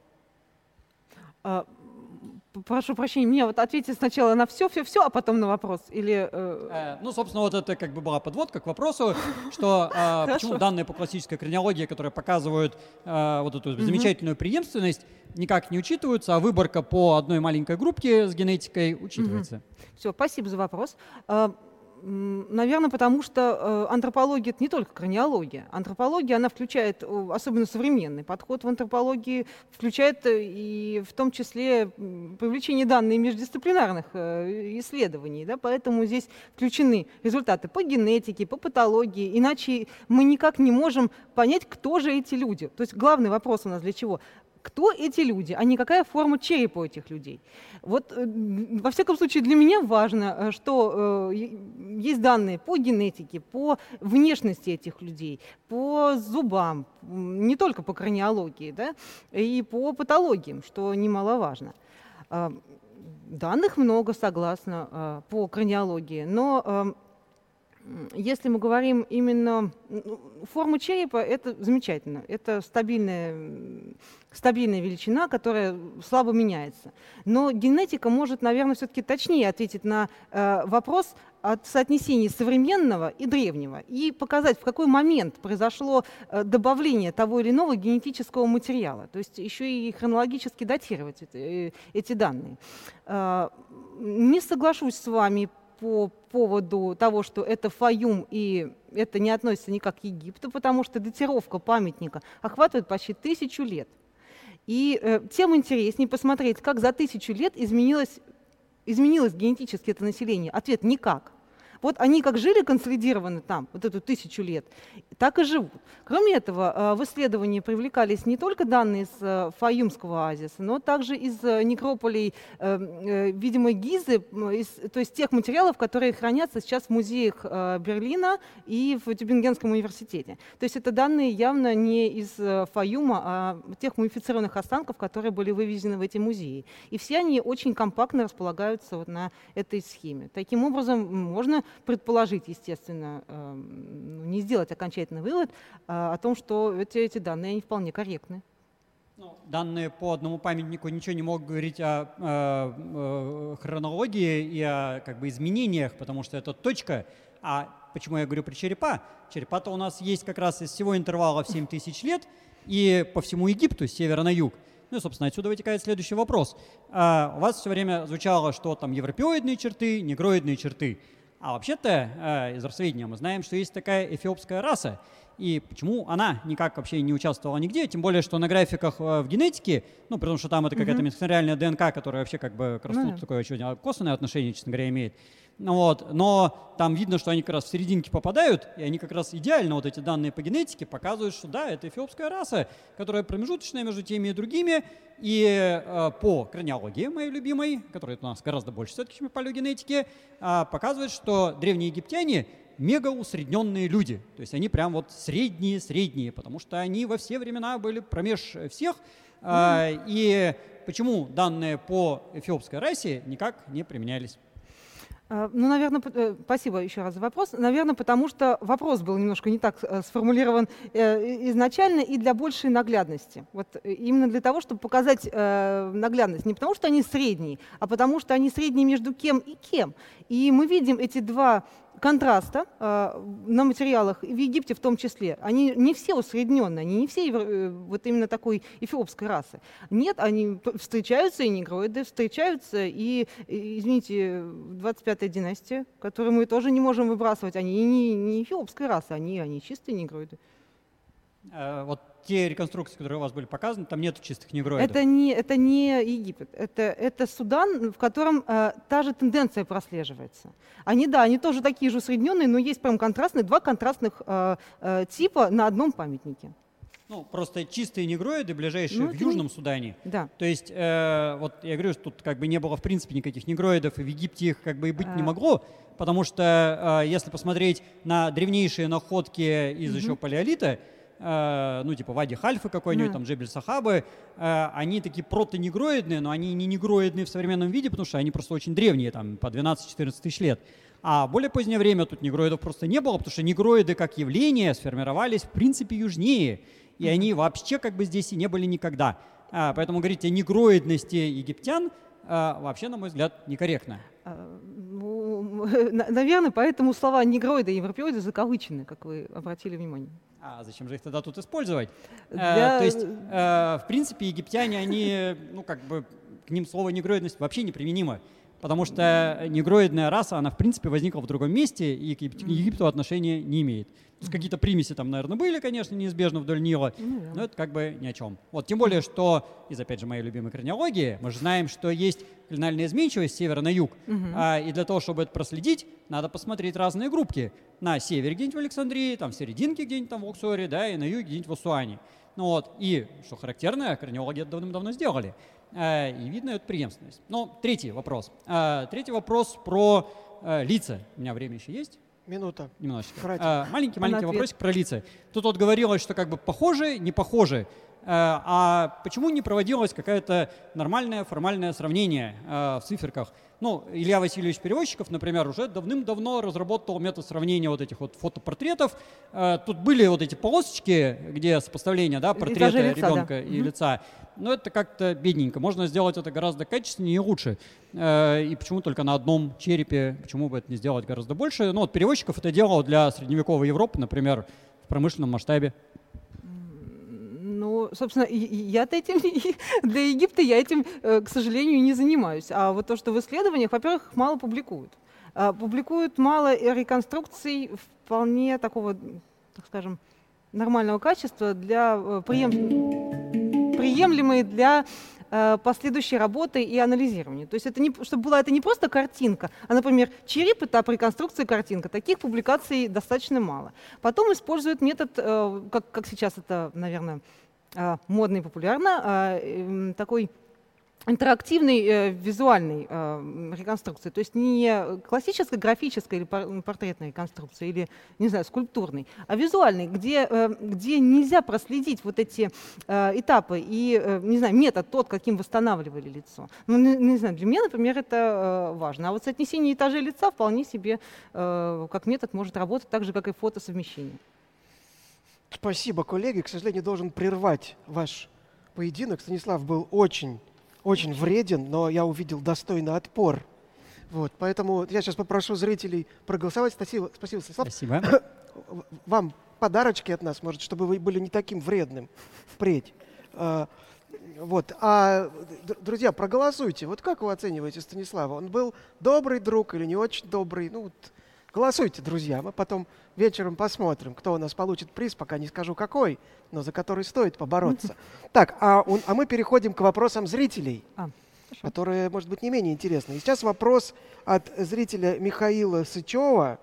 [SPEAKER 3] А, прошу прощения, мне вот ответить сначала на все, все, все, а потом на вопрос. Или, э...
[SPEAKER 4] Э, ну, собственно, вот это как бы была подводка к вопросу, что э, почему данные по классической корнеологии, которые показывают э, вот эту замечательную преемственность, никак не учитываются, а выборка по одной маленькой группке с генетикой учитывается.
[SPEAKER 3] Все, спасибо за вопрос. Наверное, потому что э, антропология — это не только корнеология. Антропология, она включает, особенно современный подход в антропологии, включает и в том числе привлечение данных междисциплинарных э, исследований. Да? Поэтому здесь включены результаты по генетике, по патологии. Иначе мы никак не можем понять, кто же эти люди. То есть главный вопрос у нас для чего? Кто эти люди, а не какая форма черепа у этих людей. Вот, во всяком случае, для меня важно, что э, есть данные по генетике, по внешности этих людей, по зубам, не только по корнеологии, да, и по патологиям, что немаловажно. Э, данных много, согласна, э, по корнеологии, но э, если мы говорим именно форму черепа, это замечательно, это стабильная, стабильная величина, которая слабо меняется. Но генетика может, наверное, все-таки точнее ответить на э, вопрос от соотнесения современного и древнего и показать, в какой момент произошло э, добавление того или иного генетического материала. То есть еще и хронологически датировать это, э, эти данные. Э, не соглашусь с вами по поводу того, что это Фаюм и это не относится никак к Египту, потому что датировка памятника охватывает почти тысячу лет. И э, тем интереснее посмотреть, как за тысячу лет изменилось, изменилось генетически это население. Ответ – никак. Вот они как жили консолидированы там, вот эту тысячу лет, так и живут. Кроме этого, в исследовании привлекались не только данные из Фаюмского оазиса, но также из некрополей, видимо, Гизы, из, то есть тех материалов, которые хранятся сейчас в музеях Берлина и в Тюбингенском университете. То есть это данные явно не из Фаюма, а тех мумифицированных останков, которые были вывезены в эти музеи. И все они очень компактно располагаются вот на этой схеме. Таким образом, можно предположить, естественно, не сделать окончательный вывод о том, что эти, эти данные они вполне корректны.
[SPEAKER 4] Ну, данные по одному памятнику ничего не могут говорить о, о, о хронологии и о как бы, изменениях, потому что это точка. А почему я говорю про черепа? Черепа-то у нас есть как раз из всего интервала в семь тысяч лет и по всему Египту, с севера на юг. Ну и, собственно, отсюда вытекает следующий вопрос. А, у вас все время звучало, что там европеоидные черты, негроидные черты. А вообще-то а, из росоведения мы знаем, что есть такая эфиопская раса. И почему она никак вообще не участвовала нигде, тем более, что на графиках в генетике, ну, потому что там это какая-то mm-hmm. митохондриальная ДНК, которая вообще как бы к росту mm-hmm. такое очень косвенное отношение, честно говоря, имеет. Вот. Но там видно, что они как раз в серединке попадают, и они как раз идеально, вот эти данные по генетике, показывают, что да, это эфиопская раса, которая промежуточная между теми и другими. И э, по краниологии, моей любимой, которая у нас гораздо больше все-таки, чем по палеогенетике, э, показывает, что древние египтяне мега усредненные люди. То есть они прям вот средние-средние, потому что они во все времена были промеж всех. Mm-hmm. И почему данные по эфиопской расе никак не применялись?
[SPEAKER 3] Ну, наверное, спасибо еще раз за вопрос. Наверное, потому что вопрос был немножко не так сформулирован изначально и для большей наглядности. Вот именно для того, чтобы показать наглядность. Не потому, что они средние, а потому, что они средние между кем и кем. И мы видим эти два контраста э, на материалах, в Египте в том числе. Они не все усредненные, они не все э, вот именно такой эфиопской расы. Нет, они встречаются и негроиды, встречаются и, и извините, двадцать пятая династия, которую мы тоже не можем выбрасывать. Они не, не эфиопской расы, они, они чистые негроиды.
[SPEAKER 4] А, вот те реконструкции, которые у вас были показаны, там нет чистых негроидов.
[SPEAKER 3] Это не, это не Египет, это, это Судан, в котором э, та же тенденция прослеживается. Они, да, они тоже такие же усредненные, но есть прям контрастные, два контрастных э, э, типа на одном памятнике.
[SPEAKER 4] Ну, просто чистые негроиды, ближайшие ну, в Южном не... Судане.
[SPEAKER 3] Да.
[SPEAKER 4] То есть, э, вот я говорю, что тут как бы не было в принципе никаких негроидов, и в Египте их как бы и быть а... не могло, потому что э, если посмотреть на древнейшие находки из угу. еще палеолита, ну, типа Вади Хальфы какой-нибудь, yeah. там Джебель Сахабы, они такие протонегроидные, но они не негроидные в современном виде, потому что они просто очень древние, там, по двенадцать-четырнадцать тысяч лет. А в более позднее время тут негроидов просто не было, потому что негроиды как явление сформировались, в принципе, южнее, и mm-hmm. они вообще как бы здесь и не были никогда. Поэтому говорить о негроидности египтян вообще, на мой взгляд, некорректно.
[SPEAKER 3] Наверное, поэтому слова негроиды и европеоиды закавычены, как вы обратили внимание.
[SPEAKER 4] А зачем же их тогда тут использовать?
[SPEAKER 3] Для...
[SPEAKER 4] Э, то есть, э, в принципе, египтяне, они, ну, как бы, к ним слово негроидность вообще неприменимо, потому что негроидная раса, она, в принципе, возникла в другом месте и к Египту отношения не имеет. То есть какие-то примеси там, наверное, были, конечно, неизбежно вдоль Нила, но это как бы ни о чем. Вот, тем более, что, из, опять же, моей любимой краниологии, мы же знаем, что есть клинальная изменчивость с севера на юг, uh-huh. а, и для того, чтобы это проследить, надо посмотреть разные группки. На севере где-нибудь в Александрии, там в серединке где-нибудь там в Луксоре, да, и на юге где-нибудь в Ассуане. Ну вот, и, что характерно, краниологи это давным-давно сделали. А, и видно эту преемственность. Но третий вопрос. А, третий вопрос про а, лица. У меня время еще есть?
[SPEAKER 2] Минута.
[SPEAKER 4] Немножечко. А, маленький-маленький вопросик про лица. Тут вот говорилось, что как бы похожи, не похожи. А, а почему не проводилось какое-то нормальное формальное сравнение а, в циферках? Ну, Илья Васильевич Перевозчиков, например, уже давным-давно разработал метод сравнения вот этих вот фотопортретов. А, тут были вот эти полосочки, где сопоставление, да, портрета лица, ребенка да. и угу. лица. Но это как-то бедненько. Можно сделать это гораздо качественнее и лучше. И почему только на одном черепе? Почему бы это не сделать гораздо больше? Ну, вот Перевозчиков это делал для средневековой Европы, например, в промышленном масштабе.
[SPEAKER 3] Ну, собственно, я-то этим, для Египта я этим, к сожалению, не занимаюсь. А вот то, что в исследованиях, во-первых, мало публикуют. Публикуют мало реконструкций вполне такого, так скажем, нормального качества, для прием... приемлемые для э, последующей работой и анализированием. То есть это не, чтобы была это не просто картинка, а, например, череп — этап реконструкции картинка. Таких публикаций достаточно мало. Потом используют метод, э, как, как сейчас это, наверное, э, модно и популярно, э, э, такой интерактивной э, визуальной э, реконструкции, то есть не классической графической или пор- портретной реконструкции, или, не знаю, скульптурной, а визуальной, где, э, где нельзя проследить вот эти э, этапы и, э, не знаю, метод тот, каким восстанавливали лицо. Ну, не, не знаю, для меня, например, это э, важно. А вот соотнесение этажей лица вполне себе э, как метод может работать так же, как и фотосовмещение.
[SPEAKER 2] Спасибо, коллеги. К сожалению, должен прервать ваш поединок. Станислав был очень очень вреден, но я увидел достойный отпор. Вот, поэтому я сейчас попрошу зрителей проголосовать. Спасибо, спасибо, Станислав.
[SPEAKER 4] Спасибо.
[SPEAKER 2] Вам подарочки от нас, может, чтобы вы были не таким вредным впредь. А, вот. А, друзья, проголосуйте. Вот как вы оцениваете Станислава? Он был добрый друг или не очень добрый? Ну, вот, голосуйте, друзья. Мы потом вечером посмотрим, кто у нас получит приз, пока не скажу какой, но за который стоит побороться. Так, а, он, а мы переходим к вопросам зрителей,
[SPEAKER 3] А,
[SPEAKER 2] которые, может быть, не менее интересны. И сейчас вопрос от зрителя Михаила Сычева,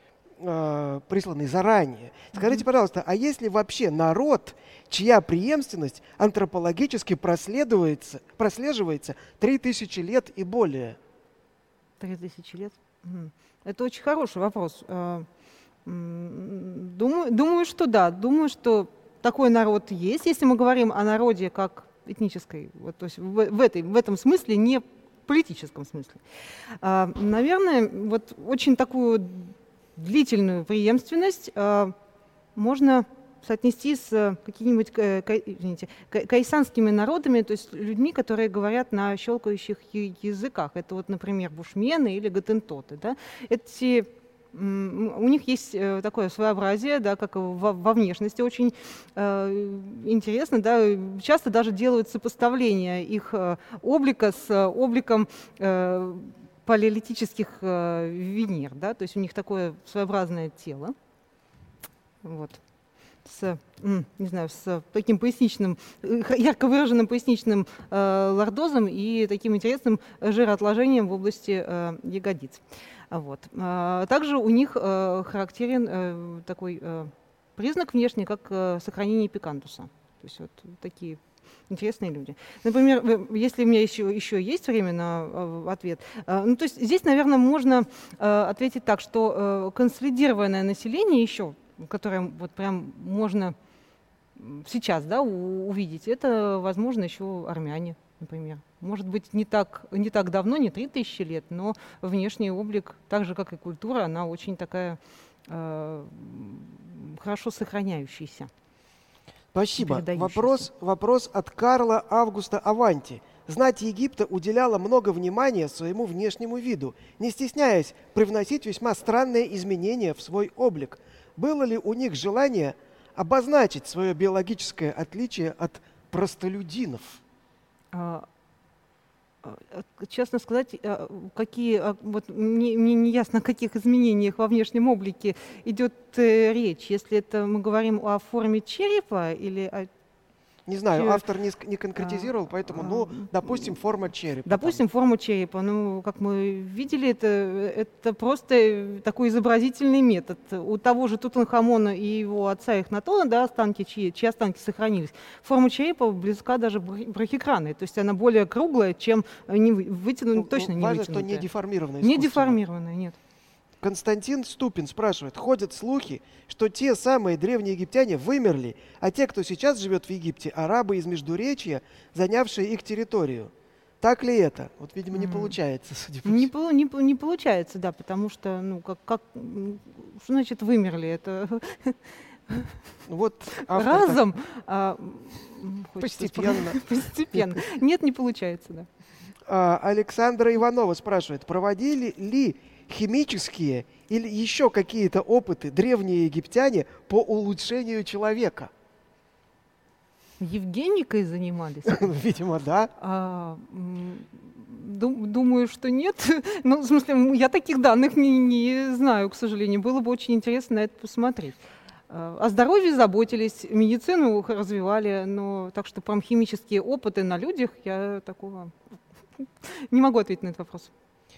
[SPEAKER 2] э, присланный заранее. Скажите, пожалуйста, а есть ли вообще народ, чья преемственность антропологически прослеживается, прослеживается три тысячи лет и более?
[SPEAKER 3] Три тысячи лет? Мгм. Это очень хороший вопрос. А, м, Думаю, думаю, что да. Думаю, что такой народ есть, если мы говорим о народе как этнической, вот, то есть в, в, этой, в этом смысле, не в политическом смысле. А, наверное, вот очень такую длительную преемственность а, можно соотнести с э, какими-нибудь ка- ка- извините, ка- кайсанскими народами, то есть людьми, которые говорят на щелкающих я- языках. Это вот, например, бушмены или готентоты. Да? Эти, м, у них есть э, такое своеобразие, да, как во, во внешности, очень э, интересно. Да? Часто даже делают сопоставление их э, облика с э, обликом э, палеолитических э, Венер. Да? То есть у них такое своеобразное тело. Вот. С, м, не знаю, с таким поясничным, э, х- ярко выраженным поясничным э, лордозом и таким интересным жироотложением в области э, ягодиц. А Вот. А, Также у них э, характерен э, такой э, признак внешний, как э, сохранение пикантуса. То есть вот такие интересные люди. Например, в- если у меня еще, еще есть время на э, ответ, э, ну, то есть здесь, наверное, можно э, ответить так, что э, консолидированное население еще, которое вот прям можно м, сейчас, да, у- увидеть, это, возможно, еще армяне, например. Может быть, не так, не так давно, не три тысячи лет, но внешний облик, так же, как и культура, она очень такая э, м, хорошо сохраняющаяся.
[SPEAKER 2] Спасибо.
[SPEAKER 3] Передающийся.
[SPEAKER 2] Вопрос, вопрос от Карла Августа Аванти. Знать Египта уделяла много внимания своему внешнему виду, не стесняясь привносить весьма странные изменения в свой облик. Было ли у них желание обозначить свое биологическое отличие от простолюдинов?
[SPEAKER 3] А, а, а, Честно сказать, а, какие, а, вот мне, мне не ясно, о каких изменениях во внешнем облике идет э, речь. Если это мы говорим о форме черепа или о
[SPEAKER 2] Не знаю,
[SPEAKER 3] Че-
[SPEAKER 2] автор не, ск- не конкретизировал, поэтому, ну,
[SPEAKER 3] а,
[SPEAKER 2] допустим, форма черепа. там.
[SPEAKER 3] Допустим, форму черепа. Ну, как мы видели, это, это просто такой изобразительный метод. У того же Тутанхамона и его отца Эхнатона, да, останки, чьи, чьи останки сохранились, форма черепа близка даже брахи- брахикраной. То есть она более круглая, чем не вы- вытянутая,
[SPEAKER 2] Ну,
[SPEAKER 3] точно
[SPEAKER 2] ну,
[SPEAKER 3] не
[SPEAKER 2] важно, что
[SPEAKER 3] вытянутая.
[SPEAKER 2] не деформированное
[SPEAKER 3] Не
[SPEAKER 2] искусственно.
[SPEAKER 3] деформированная, нет.
[SPEAKER 2] Константин Ступин спрашивает, ходят слухи, что те самые древние египтяне вымерли, а те, кто сейчас живет в Египте, арабы из Междуречья, занявшие их территорию. Так ли это? Вот, видимо, не
[SPEAKER 3] М.
[SPEAKER 2] получается, судя по
[SPEAKER 3] Не,
[SPEAKER 2] всему.
[SPEAKER 3] полу- не, по- не получается, да, потому что, ну, как, как м, что значит вымерли? Это
[SPEAKER 2] Вот автор так-
[SPEAKER 3] разом. а, м, хочется
[SPEAKER 2] Постепенно.
[SPEAKER 3] спро- Постепенно. Нет, не получается, да.
[SPEAKER 2] А, Александра Иванова спрашивает, проводили ли химические или еще какие-то опыты древние египтяне по улучшению человека?
[SPEAKER 3] Евгеникой занимались?
[SPEAKER 2] Видимо, да.
[SPEAKER 3] А, м, дум- думаю, что нет. Ну, в смысле, м, я таких данных не, не знаю, к сожалению. Было бы очень интересно на это посмотреть. О здоровье заботились, медицину развивали, но так что прям химические опыты на людях, я такого не могу ответить на этот вопрос.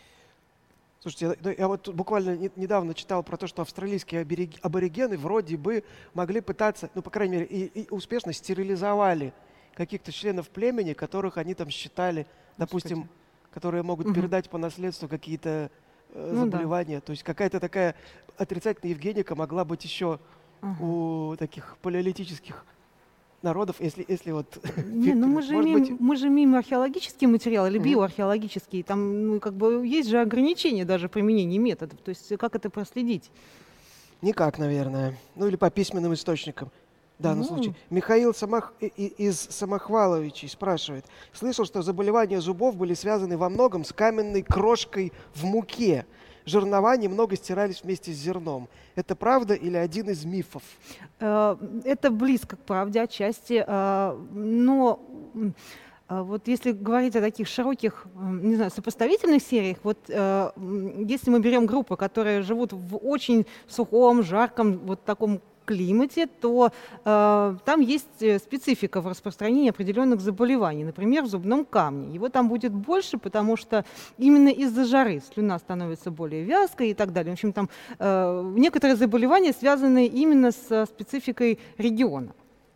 [SPEAKER 2] Слушайте, я, я вот тут буквально не, недавно читал про то, что австралийские абориги- аборигены вроде бы могли пытаться, ну, по крайней мере, и, и успешно стерилизовали каких-то членов племени, которых они там считали, допустим, которые могут
[SPEAKER 3] Мгм.
[SPEAKER 2] передать по наследству какие-то э,
[SPEAKER 3] Ну да.
[SPEAKER 2] заболевания. То есть какая-то такая отрицательная Евгеника могла быть еще
[SPEAKER 3] Ага.
[SPEAKER 2] у таких палеолитических народов, если, если вот...
[SPEAKER 3] Не, ну мы же,
[SPEAKER 2] может
[SPEAKER 3] имеем,
[SPEAKER 2] быть,
[SPEAKER 3] мы же имеем археологический материал или
[SPEAKER 2] Мгм.
[SPEAKER 3] биоархеологический, там ну, как бы есть же ограничения даже применения методов, то есть как это проследить?
[SPEAKER 2] никак, наверное. Ну или по письменным источникам. В данном
[SPEAKER 3] Ну.
[SPEAKER 2] случае. Михаил Самох... и- и- из Самохваловичей спрашивает. Слышал, что заболевания зубов были связаны во многом с каменной крошкой в муке. Жернова немного стирались вместе с зерном. Это правда или один из мифов?
[SPEAKER 3] Э, Это близко к правде отчасти, э, но м, а вот если говорить о таких широких, м, не знаю, сопоставительных сериях, вот э, м, если мы берем группы, которые живут в очень сухом, жарком, вот таком климате, то э, там есть э, специфика в распространении определенных заболеваний, например, в зубном камне. Его там будет больше, потому что именно из-за жары слюна становится более вязкой и так далее. В общем, там э, некоторые заболевания связаны именно с спецификой региона.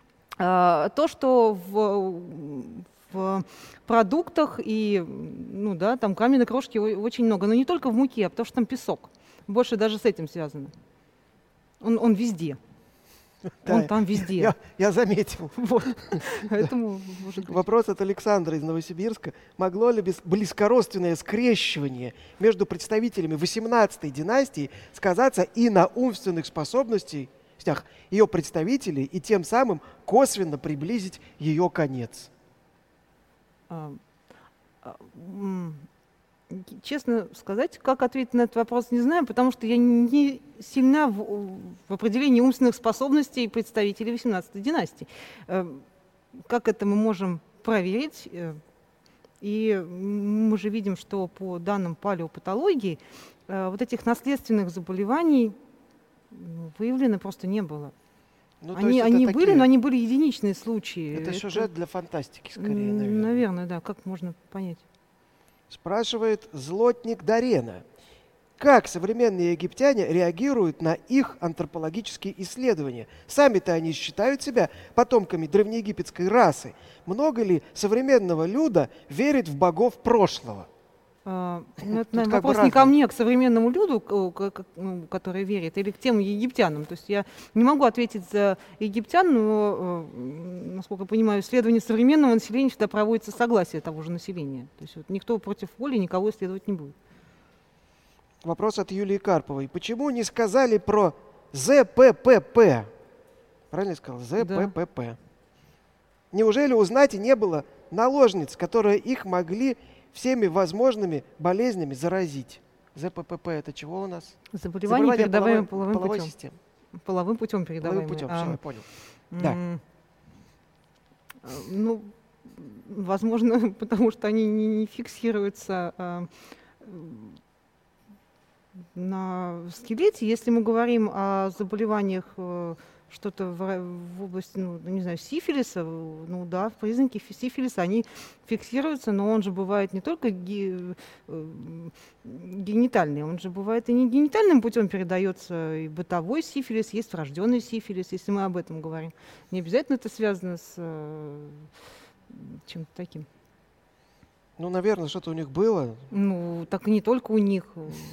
[SPEAKER 3] Э, то, что в, в продуктах и ну, да, там каменной крошки о- очень много, но не только в муке, а потому что там песок. Больше даже с этим связано. Он, он везде.
[SPEAKER 2] Да,
[SPEAKER 3] Он там везде.
[SPEAKER 2] Я, я заметил.
[SPEAKER 3] Вот. Поэтому, может быть.
[SPEAKER 2] Вопрос от Александра из Новосибирска. Могло ли бес- близкородственное скрещивание между представителями восемнадцатой династии сказаться и на умственных способностях ее представителей и тем самым косвенно приблизить ее конец?
[SPEAKER 3] А, а, м, Честно сказать, как ответить на этот вопрос, не знаю, потому что я не сильна в, в определении умственных способностей представителей восемнадцатой династии. Э, Как это мы можем проверить? Э, И мы же видим, что по данным палеопатологии э, вот этих наследственных заболеваний ну, выявлено просто не было.
[SPEAKER 2] Ну, то
[SPEAKER 3] Они,
[SPEAKER 2] есть это
[SPEAKER 3] они
[SPEAKER 2] такие-
[SPEAKER 3] были, но они были единичные случаи.
[SPEAKER 2] Это сюжет для фантастики, скорее,
[SPEAKER 3] м,
[SPEAKER 2] наверное.
[SPEAKER 3] Наверное, да. Как можно понять?
[SPEAKER 2] Спрашивает Злотник Дарена. Как современные египтяне реагируют на их антропологические исследования? Сами-то они считают себя потомками древнеегипетской расы. Много ли современного люда верит в богов прошлого?
[SPEAKER 3] А, ну, это,
[SPEAKER 2] Тут
[SPEAKER 3] наверное,
[SPEAKER 2] как бы
[SPEAKER 3] вопрос не ко
[SPEAKER 2] разное.
[SPEAKER 3] мне, а к современному люду, к- к- к- ну, который верит, или к тем египтянам. То есть я не могу ответить за египтян, но, э, м, насколько я понимаю, исследование современного населения всегда проводится с согласия того же населения. То есть вот никто против воли никого исследовать не будет.
[SPEAKER 2] Вопрос от Юлии Карповой. Почему не сказали про зэ пэ пэ пэ? Правильно я сказал? зэ пэ пэ пэ. Неужели у знати не было наложниц, которые их могли всеми возможными болезнями заразить? зэ пэ пэ пэ это чего у нас?
[SPEAKER 3] Заболевания, передаваемые половым
[SPEAKER 2] половой
[SPEAKER 3] путем.
[SPEAKER 2] системы.
[SPEAKER 3] Половым путем
[SPEAKER 2] Половым
[SPEAKER 3] передаваемые.
[SPEAKER 2] путем,
[SPEAKER 3] А,
[SPEAKER 2] все, я понял. Да.
[SPEAKER 3] м, э, Ну, возможно, потому что они не, не фиксируются а, м, на скелете. Если мы говорим о заболеваниях э, что-то в, ра- в области, ну, не знаю, сифилиса, э, ну да, признаки фи- сифилиса, они фиксируются, но он же бывает не только ги- э, генитальный, он же бывает и не генитальным путем передается, и бытовой сифилис, есть врожденный сифилис, если мы об этом говорим. Не обязательно это связано с э, чем-то таким.
[SPEAKER 2] Ну, наверное, что-то у них было.
[SPEAKER 3] Ну, так и не только у них.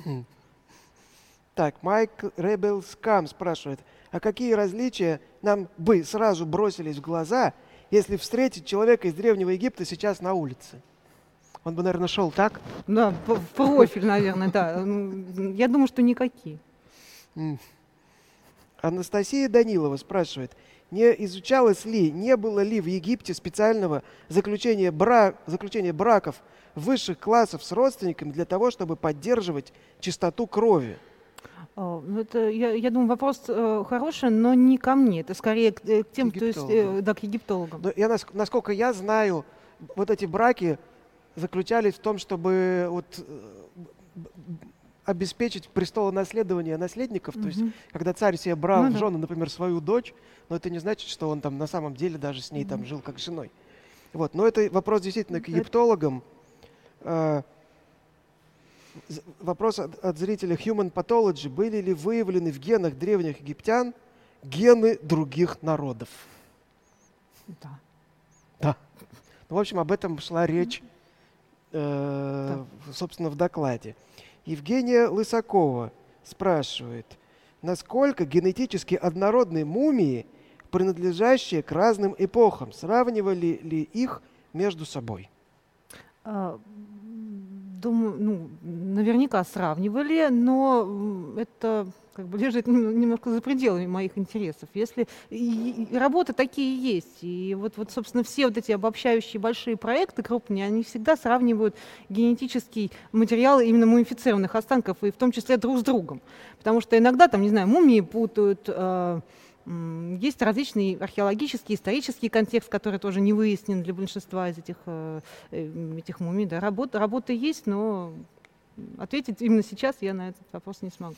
[SPEAKER 2] Так, Майк Ребел Скам спрашивает, а какие различия нам бы сразу бросились в глаза, если встретить человека из Древнего Египта сейчас на улице? Он бы, наверное, шел так.
[SPEAKER 3] Да, п- в профиль, наверное, да. Ну, я думаю, что никакие.
[SPEAKER 2] М. Анастасия Данилова спрашивает, не изучалось ли, не было ли в Египте специального заключения, бра... заключения браков высших классов с родственниками для того, чтобы поддерживать чистоту крови?
[SPEAKER 3] А, ну, это, я, я думаю, вопрос э, хороший, но не ко мне. Это скорее к, э, к тем, то есть, э,
[SPEAKER 2] египтологам.
[SPEAKER 3] да, к египтологам.
[SPEAKER 2] Но я, нас- насколько я знаю, вот эти браки заключались в том, чтобы вот, э, б- б- обеспечить престолонаследование наследников.
[SPEAKER 3] Мгм.
[SPEAKER 2] То есть, когда царь себе брал
[SPEAKER 3] Ну
[SPEAKER 2] в
[SPEAKER 3] да.
[SPEAKER 2] жены, например, свою дочь, но это не значит, что он там на самом деле даже с ней там
[SPEAKER 3] Мгм.
[SPEAKER 2] жил как с женой. Вот. Но это вопрос действительно к
[SPEAKER 3] Это-
[SPEAKER 2] египтологам. А, з- Вопрос от, от зрителя Human Pathology. Были ли выявлены в генах древних египтян гены других народов?
[SPEAKER 3] Да.
[SPEAKER 2] Да. Ну, в общем, об этом шла речь, э, в- собственно, в докладе. Евгения Лысакова спрашивает, насколько генетически однородны мумии, принадлежащие к разным эпохам, сравнивали ли их между собой?
[SPEAKER 3] А, м, Думаю, ну, наверняка сравнивали, но м, это как бы лежит нем- немножко за пределами моих интересов. Если и- и работы такие есть, и вот, вот, собственно, все вот эти обобщающие большие проекты крупные, они всегда сравнивают генетический материал именно мумифицированных останков, и в том числе друг с другом. Потому что иногда, там, не знаю, мумии путают, э, м, есть различный археологический, исторический контекст, который тоже не выяснен для большинства из этих, э, э, этих мумий. Да. Работа, работа есть, но ответить именно сейчас я на этот вопрос не смогу.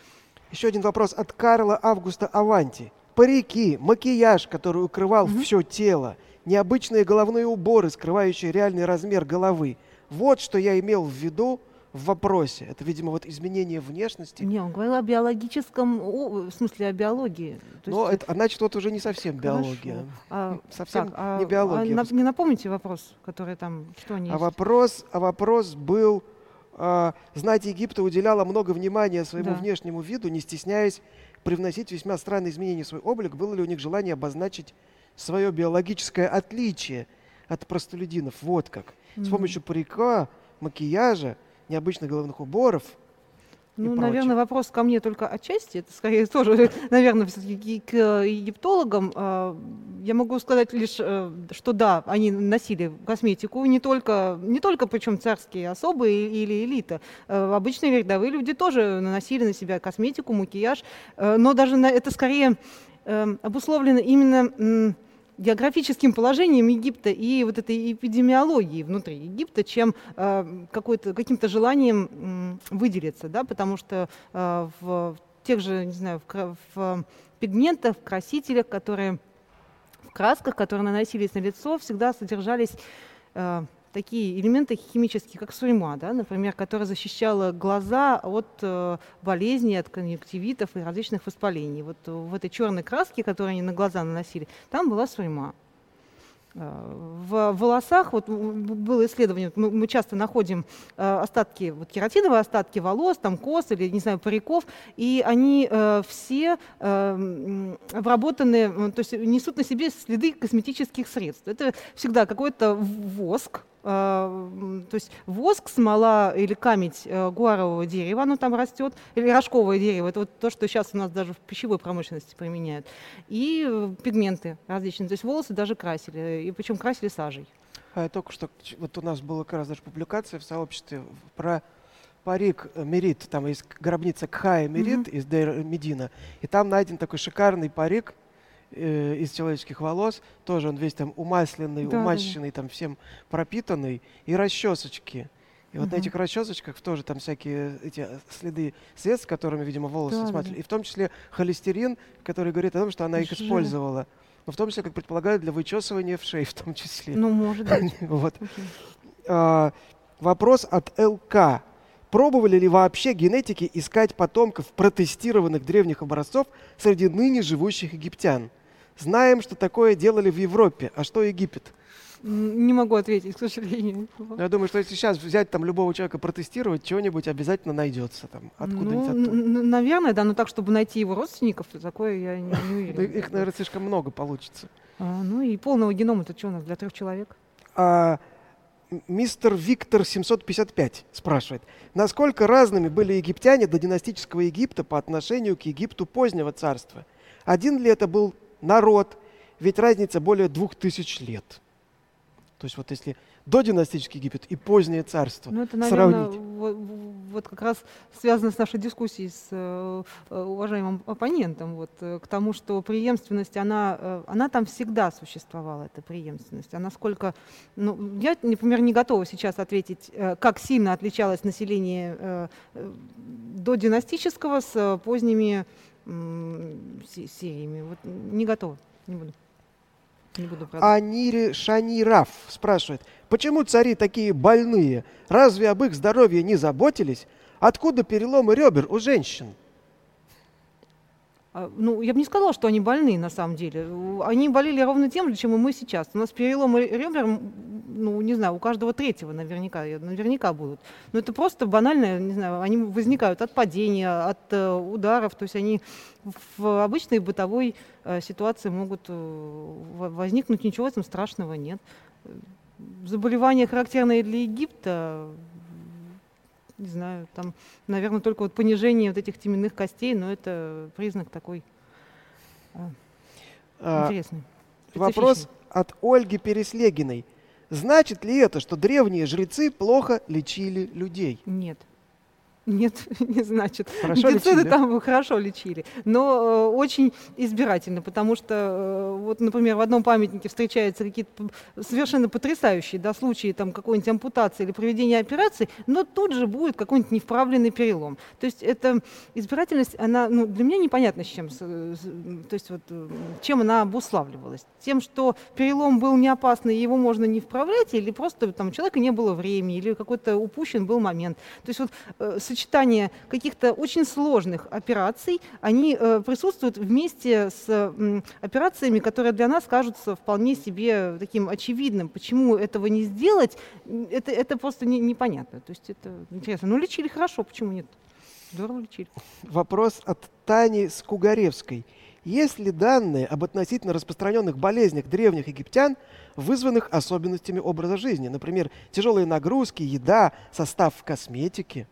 [SPEAKER 2] Еще один вопрос от Карла Августа Аванти. Парики, макияж, который укрывал
[SPEAKER 3] Мгм.
[SPEAKER 2] все тело, необычные головные уборы, скрывающие реальный размер головы. Вот что я имел в виду в вопросе. Это, видимо, вот изменение внешности.
[SPEAKER 3] Не, он говорил о биологическом, о, в смысле о биологии. То
[SPEAKER 2] Но
[SPEAKER 3] есть,
[SPEAKER 2] это, а значит, вот уже не совсем
[SPEAKER 3] хорошо.
[SPEAKER 2] биология.
[SPEAKER 3] А,
[SPEAKER 2] Совсем
[SPEAKER 3] так, а-
[SPEAKER 2] не биология.
[SPEAKER 3] а нап- не напомните вопрос, который там, что они...
[SPEAKER 2] А вопрос, а вопрос был, а, знать Египта уделяла много внимания своему
[SPEAKER 3] Да.
[SPEAKER 2] внешнему виду, не стесняясь привносить весьма странные изменения в свой облик. Было ли у них желание обозначить свое биологическое отличие от простолюдинов? Вот как. С
[SPEAKER 3] Мгм.
[SPEAKER 2] помощью парика, макияжа, необычных головных уборов.
[SPEAKER 3] Ну,
[SPEAKER 2] прочее.
[SPEAKER 3] наверное, вопрос ко мне только отчасти. Это скорее тоже, наверное, все-таки к египтологам. А, Я могу сказать лишь, э, что да, они носили косметику, не только, не только причем царские особы и- или элита. Э, Обычные рядовые люди тоже наносили на себя косметику, макияж. Э, Но даже на- это скорее э, обусловлено именно м, географическим положением Египта и вот этой эпидемиологией внутри Египта, чем э, какой-то, каким-то желанием м, выделиться, да, потому что э, в тех же, не знаю, в, кра- в пигментах, в красителях, которые в красках, которые наносились на лицо, всегда содержались э, такие элементы химические, как сурьма, да, например, которая защищала глаза от э, болезней, от конъюнктивитов и различных воспалений. Вот э, в этой черной краске, которую они на глаза наносили, там была сурьма. Э, В волосах, вот м, б- было исследование, вот мы, мы часто находим э, остатки, вот кератиновые остатки волос, там кос или, не знаю, париков, и они э, все э, м, обработаны, м, то есть несут на себе следы косметических средств. Это всегда какой-то в- воск, э, м, то есть воск, смола или камедь э, гуарового дерева, оно там растет, или рожковое дерево, это вот то, что сейчас у нас даже в пищевой промышленности применяют, и э, пигменты различные, то есть волосы даже красили, и причем красили сажей.
[SPEAKER 2] А я только что, ч- вот у нас была как раз даже публикация в сообществе в- про парик э, Мерит, там есть к- гробница Кхая Мерит из Дейр Медина, и там найден такой шикарный парик э, из человеческих волос, тоже он весь там умасленный,
[SPEAKER 3] Да, да, да.
[SPEAKER 2] умащенный, там всем пропитанный, и расчесочки. И вот на
[SPEAKER 3] Мгм.
[SPEAKER 2] этих расчесочках тоже там всякие эти э, следы средств, которыми, видимо, волосы
[SPEAKER 3] Да, да,
[SPEAKER 2] смазали.
[SPEAKER 3] да.
[SPEAKER 2] И в том числе холестерин, который говорит о том, что она их
[SPEAKER 3] Жиры.
[SPEAKER 2] использовала. Но в том числе, как предполагают, для вычесывания в шее в том числе.
[SPEAKER 3] Ну, может быть.
[SPEAKER 2] Вот.
[SPEAKER 3] Окей.
[SPEAKER 2] А, вопрос от ЛК. Пробовали ли вообще генетики искать потомков протестированных древних образцов среди ныне живущих египтян? Знаем, что такое делали в Европе. А что Египет?
[SPEAKER 3] М, Не могу ответить, к сожалению.
[SPEAKER 2] Ну, я думаю, что если сейчас взять там любого человека протестировать, чего-нибудь обязательно найдется там откуда-нибудь
[SPEAKER 3] Ну,
[SPEAKER 2] оттуда.
[SPEAKER 3] н- н- наверное, да, но так, чтобы найти его родственников, то такое я не, не
[SPEAKER 2] Ну,
[SPEAKER 3] уверена.
[SPEAKER 2] их, наверное, слишком много получится.
[SPEAKER 3] А, ну и полного генома, это что у нас, для трех человек?
[SPEAKER 2] А, м- мистер Виктор семьсот пятьдесят пять спрашивает, насколько разными были египтяне до династического Египта по отношению к Египту позднего царства? Один ли это был народ? Ведь разница более двух тысяч лет. То есть вот если додинастический Египет и позднее царство.
[SPEAKER 3] Ну, это, наверное,
[SPEAKER 2] сравнить.
[SPEAKER 3] вот, вот как раз связано с нашей дискуссией с э, уважаемым оппонентом, вот, э, к тому, что преемственность, она, э, она там всегда существовала, эта преемственность. А насколько, ну, я, например, не готова сейчас ответить, э, как сильно отличалось население э, э, додинастического с э, поздними э, сериями. Вот, не готова, не буду. Не буду
[SPEAKER 2] А Нири Шанирав спрашивает, почему цари такие больные? Разве об их здоровье не заботились? Откуда переломы ребер у женщин?
[SPEAKER 3] А, Ну, я бы не сказала, что они больны на самом деле. У- Они болели ровно тем же, чем и мы сейчас. У нас переломы ре- ребер, м, ну, не знаю, у каждого третьего наверняка, я- наверняка будут. Но это просто банально, не знаю, они возникают от падения, от э, ударов. То есть они в обычной бытовой э, ситуации могут э, во- возникнуть, ничего в этом страшного нет. Э, Заболевания, характерные для Египта, не знаю, там, наверное, только вот понижение вот этих теменных костей, но это признак такой а,
[SPEAKER 2] А,
[SPEAKER 3] интересный.
[SPEAKER 2] Вопрос
[SPEAKER 3] специфичный.
[SPEAKER 2] от Ольги Переслегиной. Значит ли это, что древние жрецы плохо лечили людей?
[SPEAKER 3] Нет. Нет, не значит.
[SPEAKER 2] Хорошо
[SPEAKER 3] Медицины
[SPEAKER 2] лечили?
[SPEAKER 3] там хорошо лечили, но э, очень избирательно, потому что, э, вот, например, в одном памятнике встречаются какие-то п- совершенно потрясающие да, случаи там, какой-нибудь ампутации или проведения операции, но тут же будет какой-нибудь невправленный перелом. То есть эта избирательность, она ну, для меня непонятно, с чем, с- с- то есть, вот, э, чем она обуславливалась. Тем, что перелом был не опасный, его можно не вправлять, или просто там, у человека не было времени, или какой-то упущен был момент. То есть вот, э, сочетание каких-то очень сложных операций, они э, присутствуют вместе с м, операциями, которые для нас кажутся вполне себе таким очевидным. Почему этого не сделать, м, это, это просто не- непонятно. То есть это интересно. Ну, лечили хорошо, почему нет? Здорово лечили.
[SPEAKER 2] Вопрос от Тани Скугаревской. Есть ли данные об относительно распространенных болезнях древних египтян, вызванных особенностями образа жизни? Например, тяжелые нагрузки, еда, состав косметики?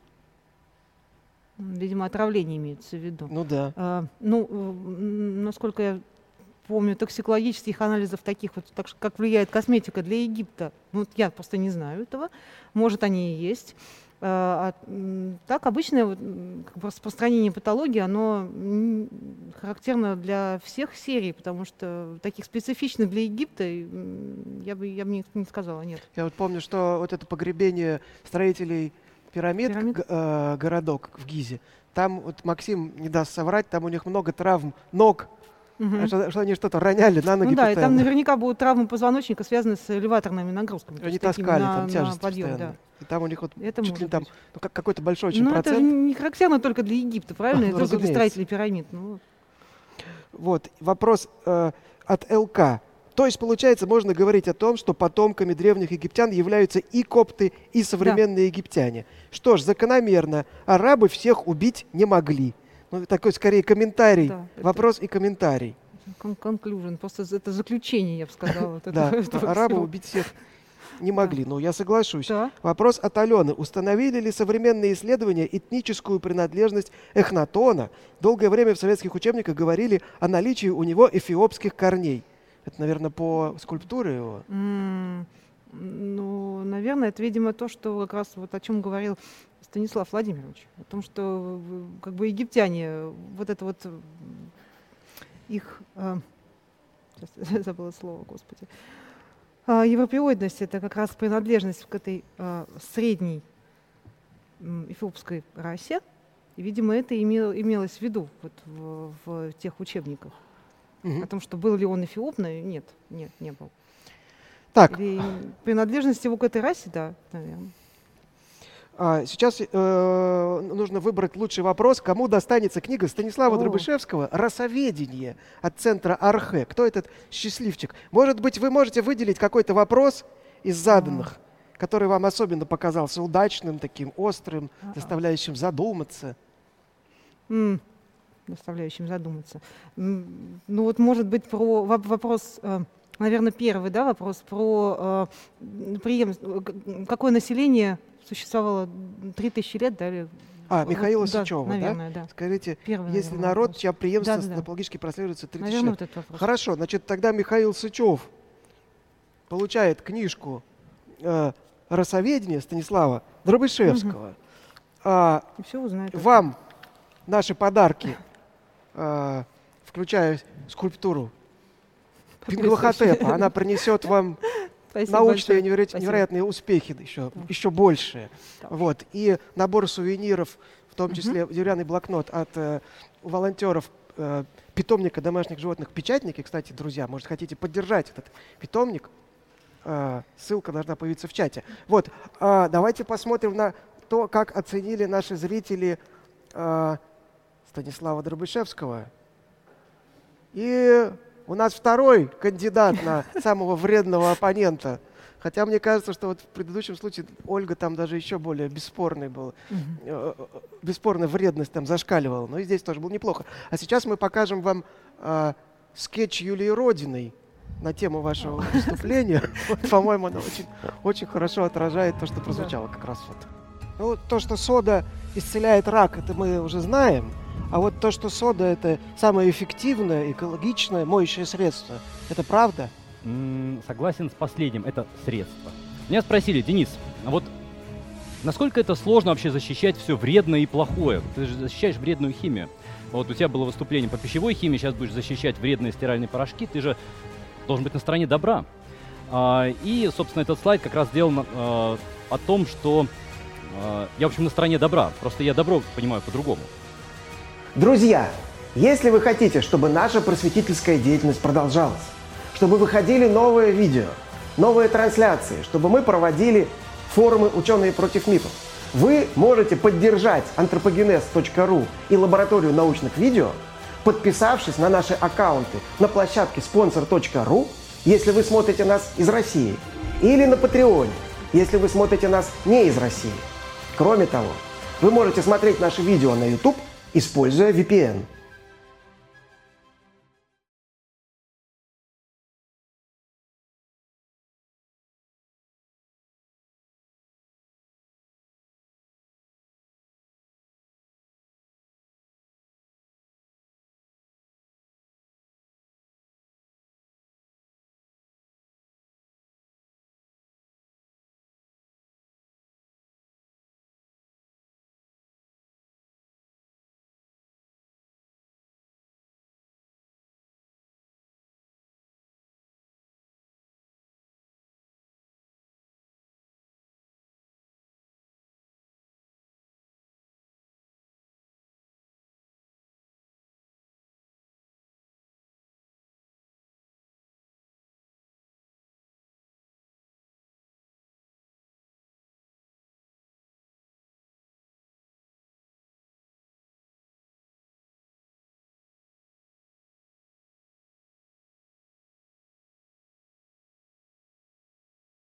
[SPEAKER 3] М, Видимо, отравление имеется в виду.
[SPEAKER 2] Ну да.
[SPEAKER 3] А, ну, э, м, насколько я помню, токсикологических анализов таких вот, так, ш- как влияет косметика для Египта, ну, вот я просто не знаю этого. Может, они и есть. А, а, м, так, обычное вот, м, как бы распространение патологии, оно м, характерно для всех серий, потому что таких специфичных для Египта м, я бы, я бы не, не сказала, нет.
[SPEAKER 2] Я вот помню, что вот это погребение строителей пирамид,
[SPEAKER 3] Пирамид?
[SPEAKER 2] г- э, городок в Гизе, там вот Максим не даст соврать, там у них много травм ног,
[SPEAKER 3] Мгм.
[SPEAKER 2] а что, что они что-то роняли на ноги
[SPEAKER 3] Ну да, и там
[SPEAKER 2] постоянно.
[SPEAKER 3] наверняка будут травмы позвоночника, связанные с элеваторными нагрузками. то
[SPEAKER 2] Они
[SPEAKER 3] есть такими
[SPEAKER 2] таскали
[SPEAKER 3] на-
[SPEAKER 2] там
[SPEAKER 3] на
[SPEAKER 2] тяжести
[SPEAKER 3] подъем,
[SPEAKER 2] постоянно.
[SPEAKER 3] да.
[SPEAKER 2] И там у них вот
[SPEAKER 3] Это
[SPEAKER 2] чуть ли
[SPEAKER 3] может
[SPEAKER 2] там
[SPEAKER 3] быть.
[SPEAKER 2] ну, как- какой-то большой очень
[SPEAKER 3] Ну, это же
[SPEAKER 2] процент.
[SPEAKER 3] не характерно только для Египта, правильно?
[SPEAKER 2] Ну,
[SPEAKER 3] Это только для
[SPEAKER 2] разумеется.
[SPEAKER 3] строителей пирамид. Ну,
[SPEAKER 2] Вот, вопрос э, от ЛК. То есть, получается, можно говорить о том, что потомками древних египтян являются и копты, и современные египтяне. Что ж, закономерно, арабы всех убить не могли. Ну, такой скорее комментарий.
[SPEAKER 3] Да, это-
[SPEAKER 2] Вопрос и комментарий.
[SPEAKER 3] кон- conclusion, просто это заключение, я бы сказала. вот
[SPEAKER 2] Да,
[SPEAKER 3] этого-
[SPEAKER 2] что
[SPEAKER 3] этого
[SPEAKER 2] арабы
[SPEAKER 3] всего.
[SPEAKER 2] убить всех не могли. Ну, я соглашусь.
[SPEAKER 3] Да.
[SPEAKER 2] Вопрос от Алены. Установили ли современные исследования этническую принадлежность Эхнатона? Долгое время в советских учебниках говорили о наличии у него эфиопских корней. Это, наверное, по скульптуре его.
[SPEAKER 3] М, Ну, наверное, это, видимо, то, что как раз вот о чем говорил Станислав Владимирович. О том, что э, как бы египтяне, вот это вот э, их... э, Сейчас забыла слово, господи. А, Европеоидность — это как раз принадлежность к этой э, средней м, эфиопской расе. И, видимо, это имел- имелось в виду вот в, в тех учебниках.
[SPEAKER 2] Мгм.
[SPEAKER 3] О том, что был ли он эфиоп, на- нет, нет, не был.
[SPEAKER 2] Так,
[SPEAKER 3] Или принадлежность его к этой расе, да, наверное.
[SPEAKER 2] а, сейчас э, нужно выбрать лучший вопрос. Кому достанется книга Станислава
[SPEAKER 3] О.
[SPEAKER 2] Дробышевского «Расоведение» от центра Архе? Кто этот счастливчик? Может быть, вы можете выделить какой-то вопрос из заданных, который вам особенно показался удачным, таким острым,
[SPEAKER 3] А-а.
[SPEAKER 2] заставляющим задуматься?
[SPEAKER 3] М, Заставляющим задуматься. М, Ну вот, может быть, про воп- вопрос, э, наверное, первый, да, вопрос про э, м, преем... э, к- какое население существовало три тысячи лет, да? Или...
[SPEAKER 2] А,
[SPEAKER 3] вот,
[SPEAKER 2] Михаила
[SPEAKER 3] да,
[SPEAKER 2] Сычева, да?
[SPEAKER 3] наверное, да.
[SPEAKER 2] Скажите,
[SPEAKER 3] Первый,
[SPEAKER 2] если
[SPEAKER 3] наверное,
[SPEAKER 2] народ,
[SPEAKER 3] вопрос.
[SPEAKER 2] чья преемственность
[SPEAKER 3] Да-да-да.
[SPEAKER 2] анатологически прослеживается три тысячи
[SPEAKER 3] Наверное,
[SPEAKER 2] лет.
[SPEAKER 3] вот этот вопрос.
[SPEAKER 2] Хорошо, значит, тогда Михаил Сычев получает книжку э, расоведения Станислава Дробышевского. Угу. А,
[SPEAKER 3] И все узнают.
[SPEAKER 2] вам наши подарки, э, включая скульптуру Пинглахотепа, она принесет вам
[SPEAKER 3] Спасибо
[SPEAKER 2] научные
[SPEAKER 3] большое.
[SPEAKER 2] неверо-
[SPEAKER 3] Спасибо.
[SPEAKER 2] невероятные успехи, еще,
[SPEAKER 3] Да.
[SPEAKER 2] еще большие.
[SPEAKER 3] Да.
[SPEAKER 2] Вот. И набор сувениров, в том числе деревянный блокнот от э, волонтеров э, питомника домашних животных «Печатники». Кстати, друзья, может, хотите поддержать этот питомник? Э, ссылка должна появиться в чате. Вот. э, давайте посмотрим на то, как оценили наши зрители э, Станислава Дробышевского. И у нас второй кандидат на самого вредного оппонента. Хотя мне кажется, что вот в предыдущем случае Ольга там даже еще более бесспорной была. Э, бесспорная вредность там зашкаливала. Но и здесь тоже было неплохо. А сейчас мы покажем вам э, скетч Юлии Родиной на тему вашего выступления. Вот, по-моему, она очень, очень хорошо отражает то, что прозвучало как раз вот. Ну, то, что сода исцеляет рак, это мы уже знаем. А вот то, что сода – это самое эффективное, экологичное моющее средство, это правда?
[SPEAKER 5] М, Согласен с последним, это средство. Меня спросили: Денис, а вот насколько это сложно вообще защищать все вредное и плохое? Ты же защищаешь вредную химию. Вот у тебя было выступление по пищевой химии, сейчас будешь защищать вредные стиральные порошки, ты же должен быть на стороне добра. А, И, собственно, этот слайд как раз сделан а, о том, что а, я, в общем, на стороне добра. Просто я добро понимаю по-другому.
[SPEAKER 2] Друзья, если вы хотите, чтобы наша просветительская деятельность продолжалась, чтобы выходили новые видео, новые трансляции, чтобы мы проводили форумы «Ученые против мифов», вы можете поддержать антропогенез точка ру и лабораторию научных видео, подписавшись на наши аккаунты на площадке спонсор точка ру, если вы смотрите нас из России, или на Патреоне, если вы смотрите нас не из России. Кроме того, вы можете смотреть наши видео на YouTube, используя ви пи эн.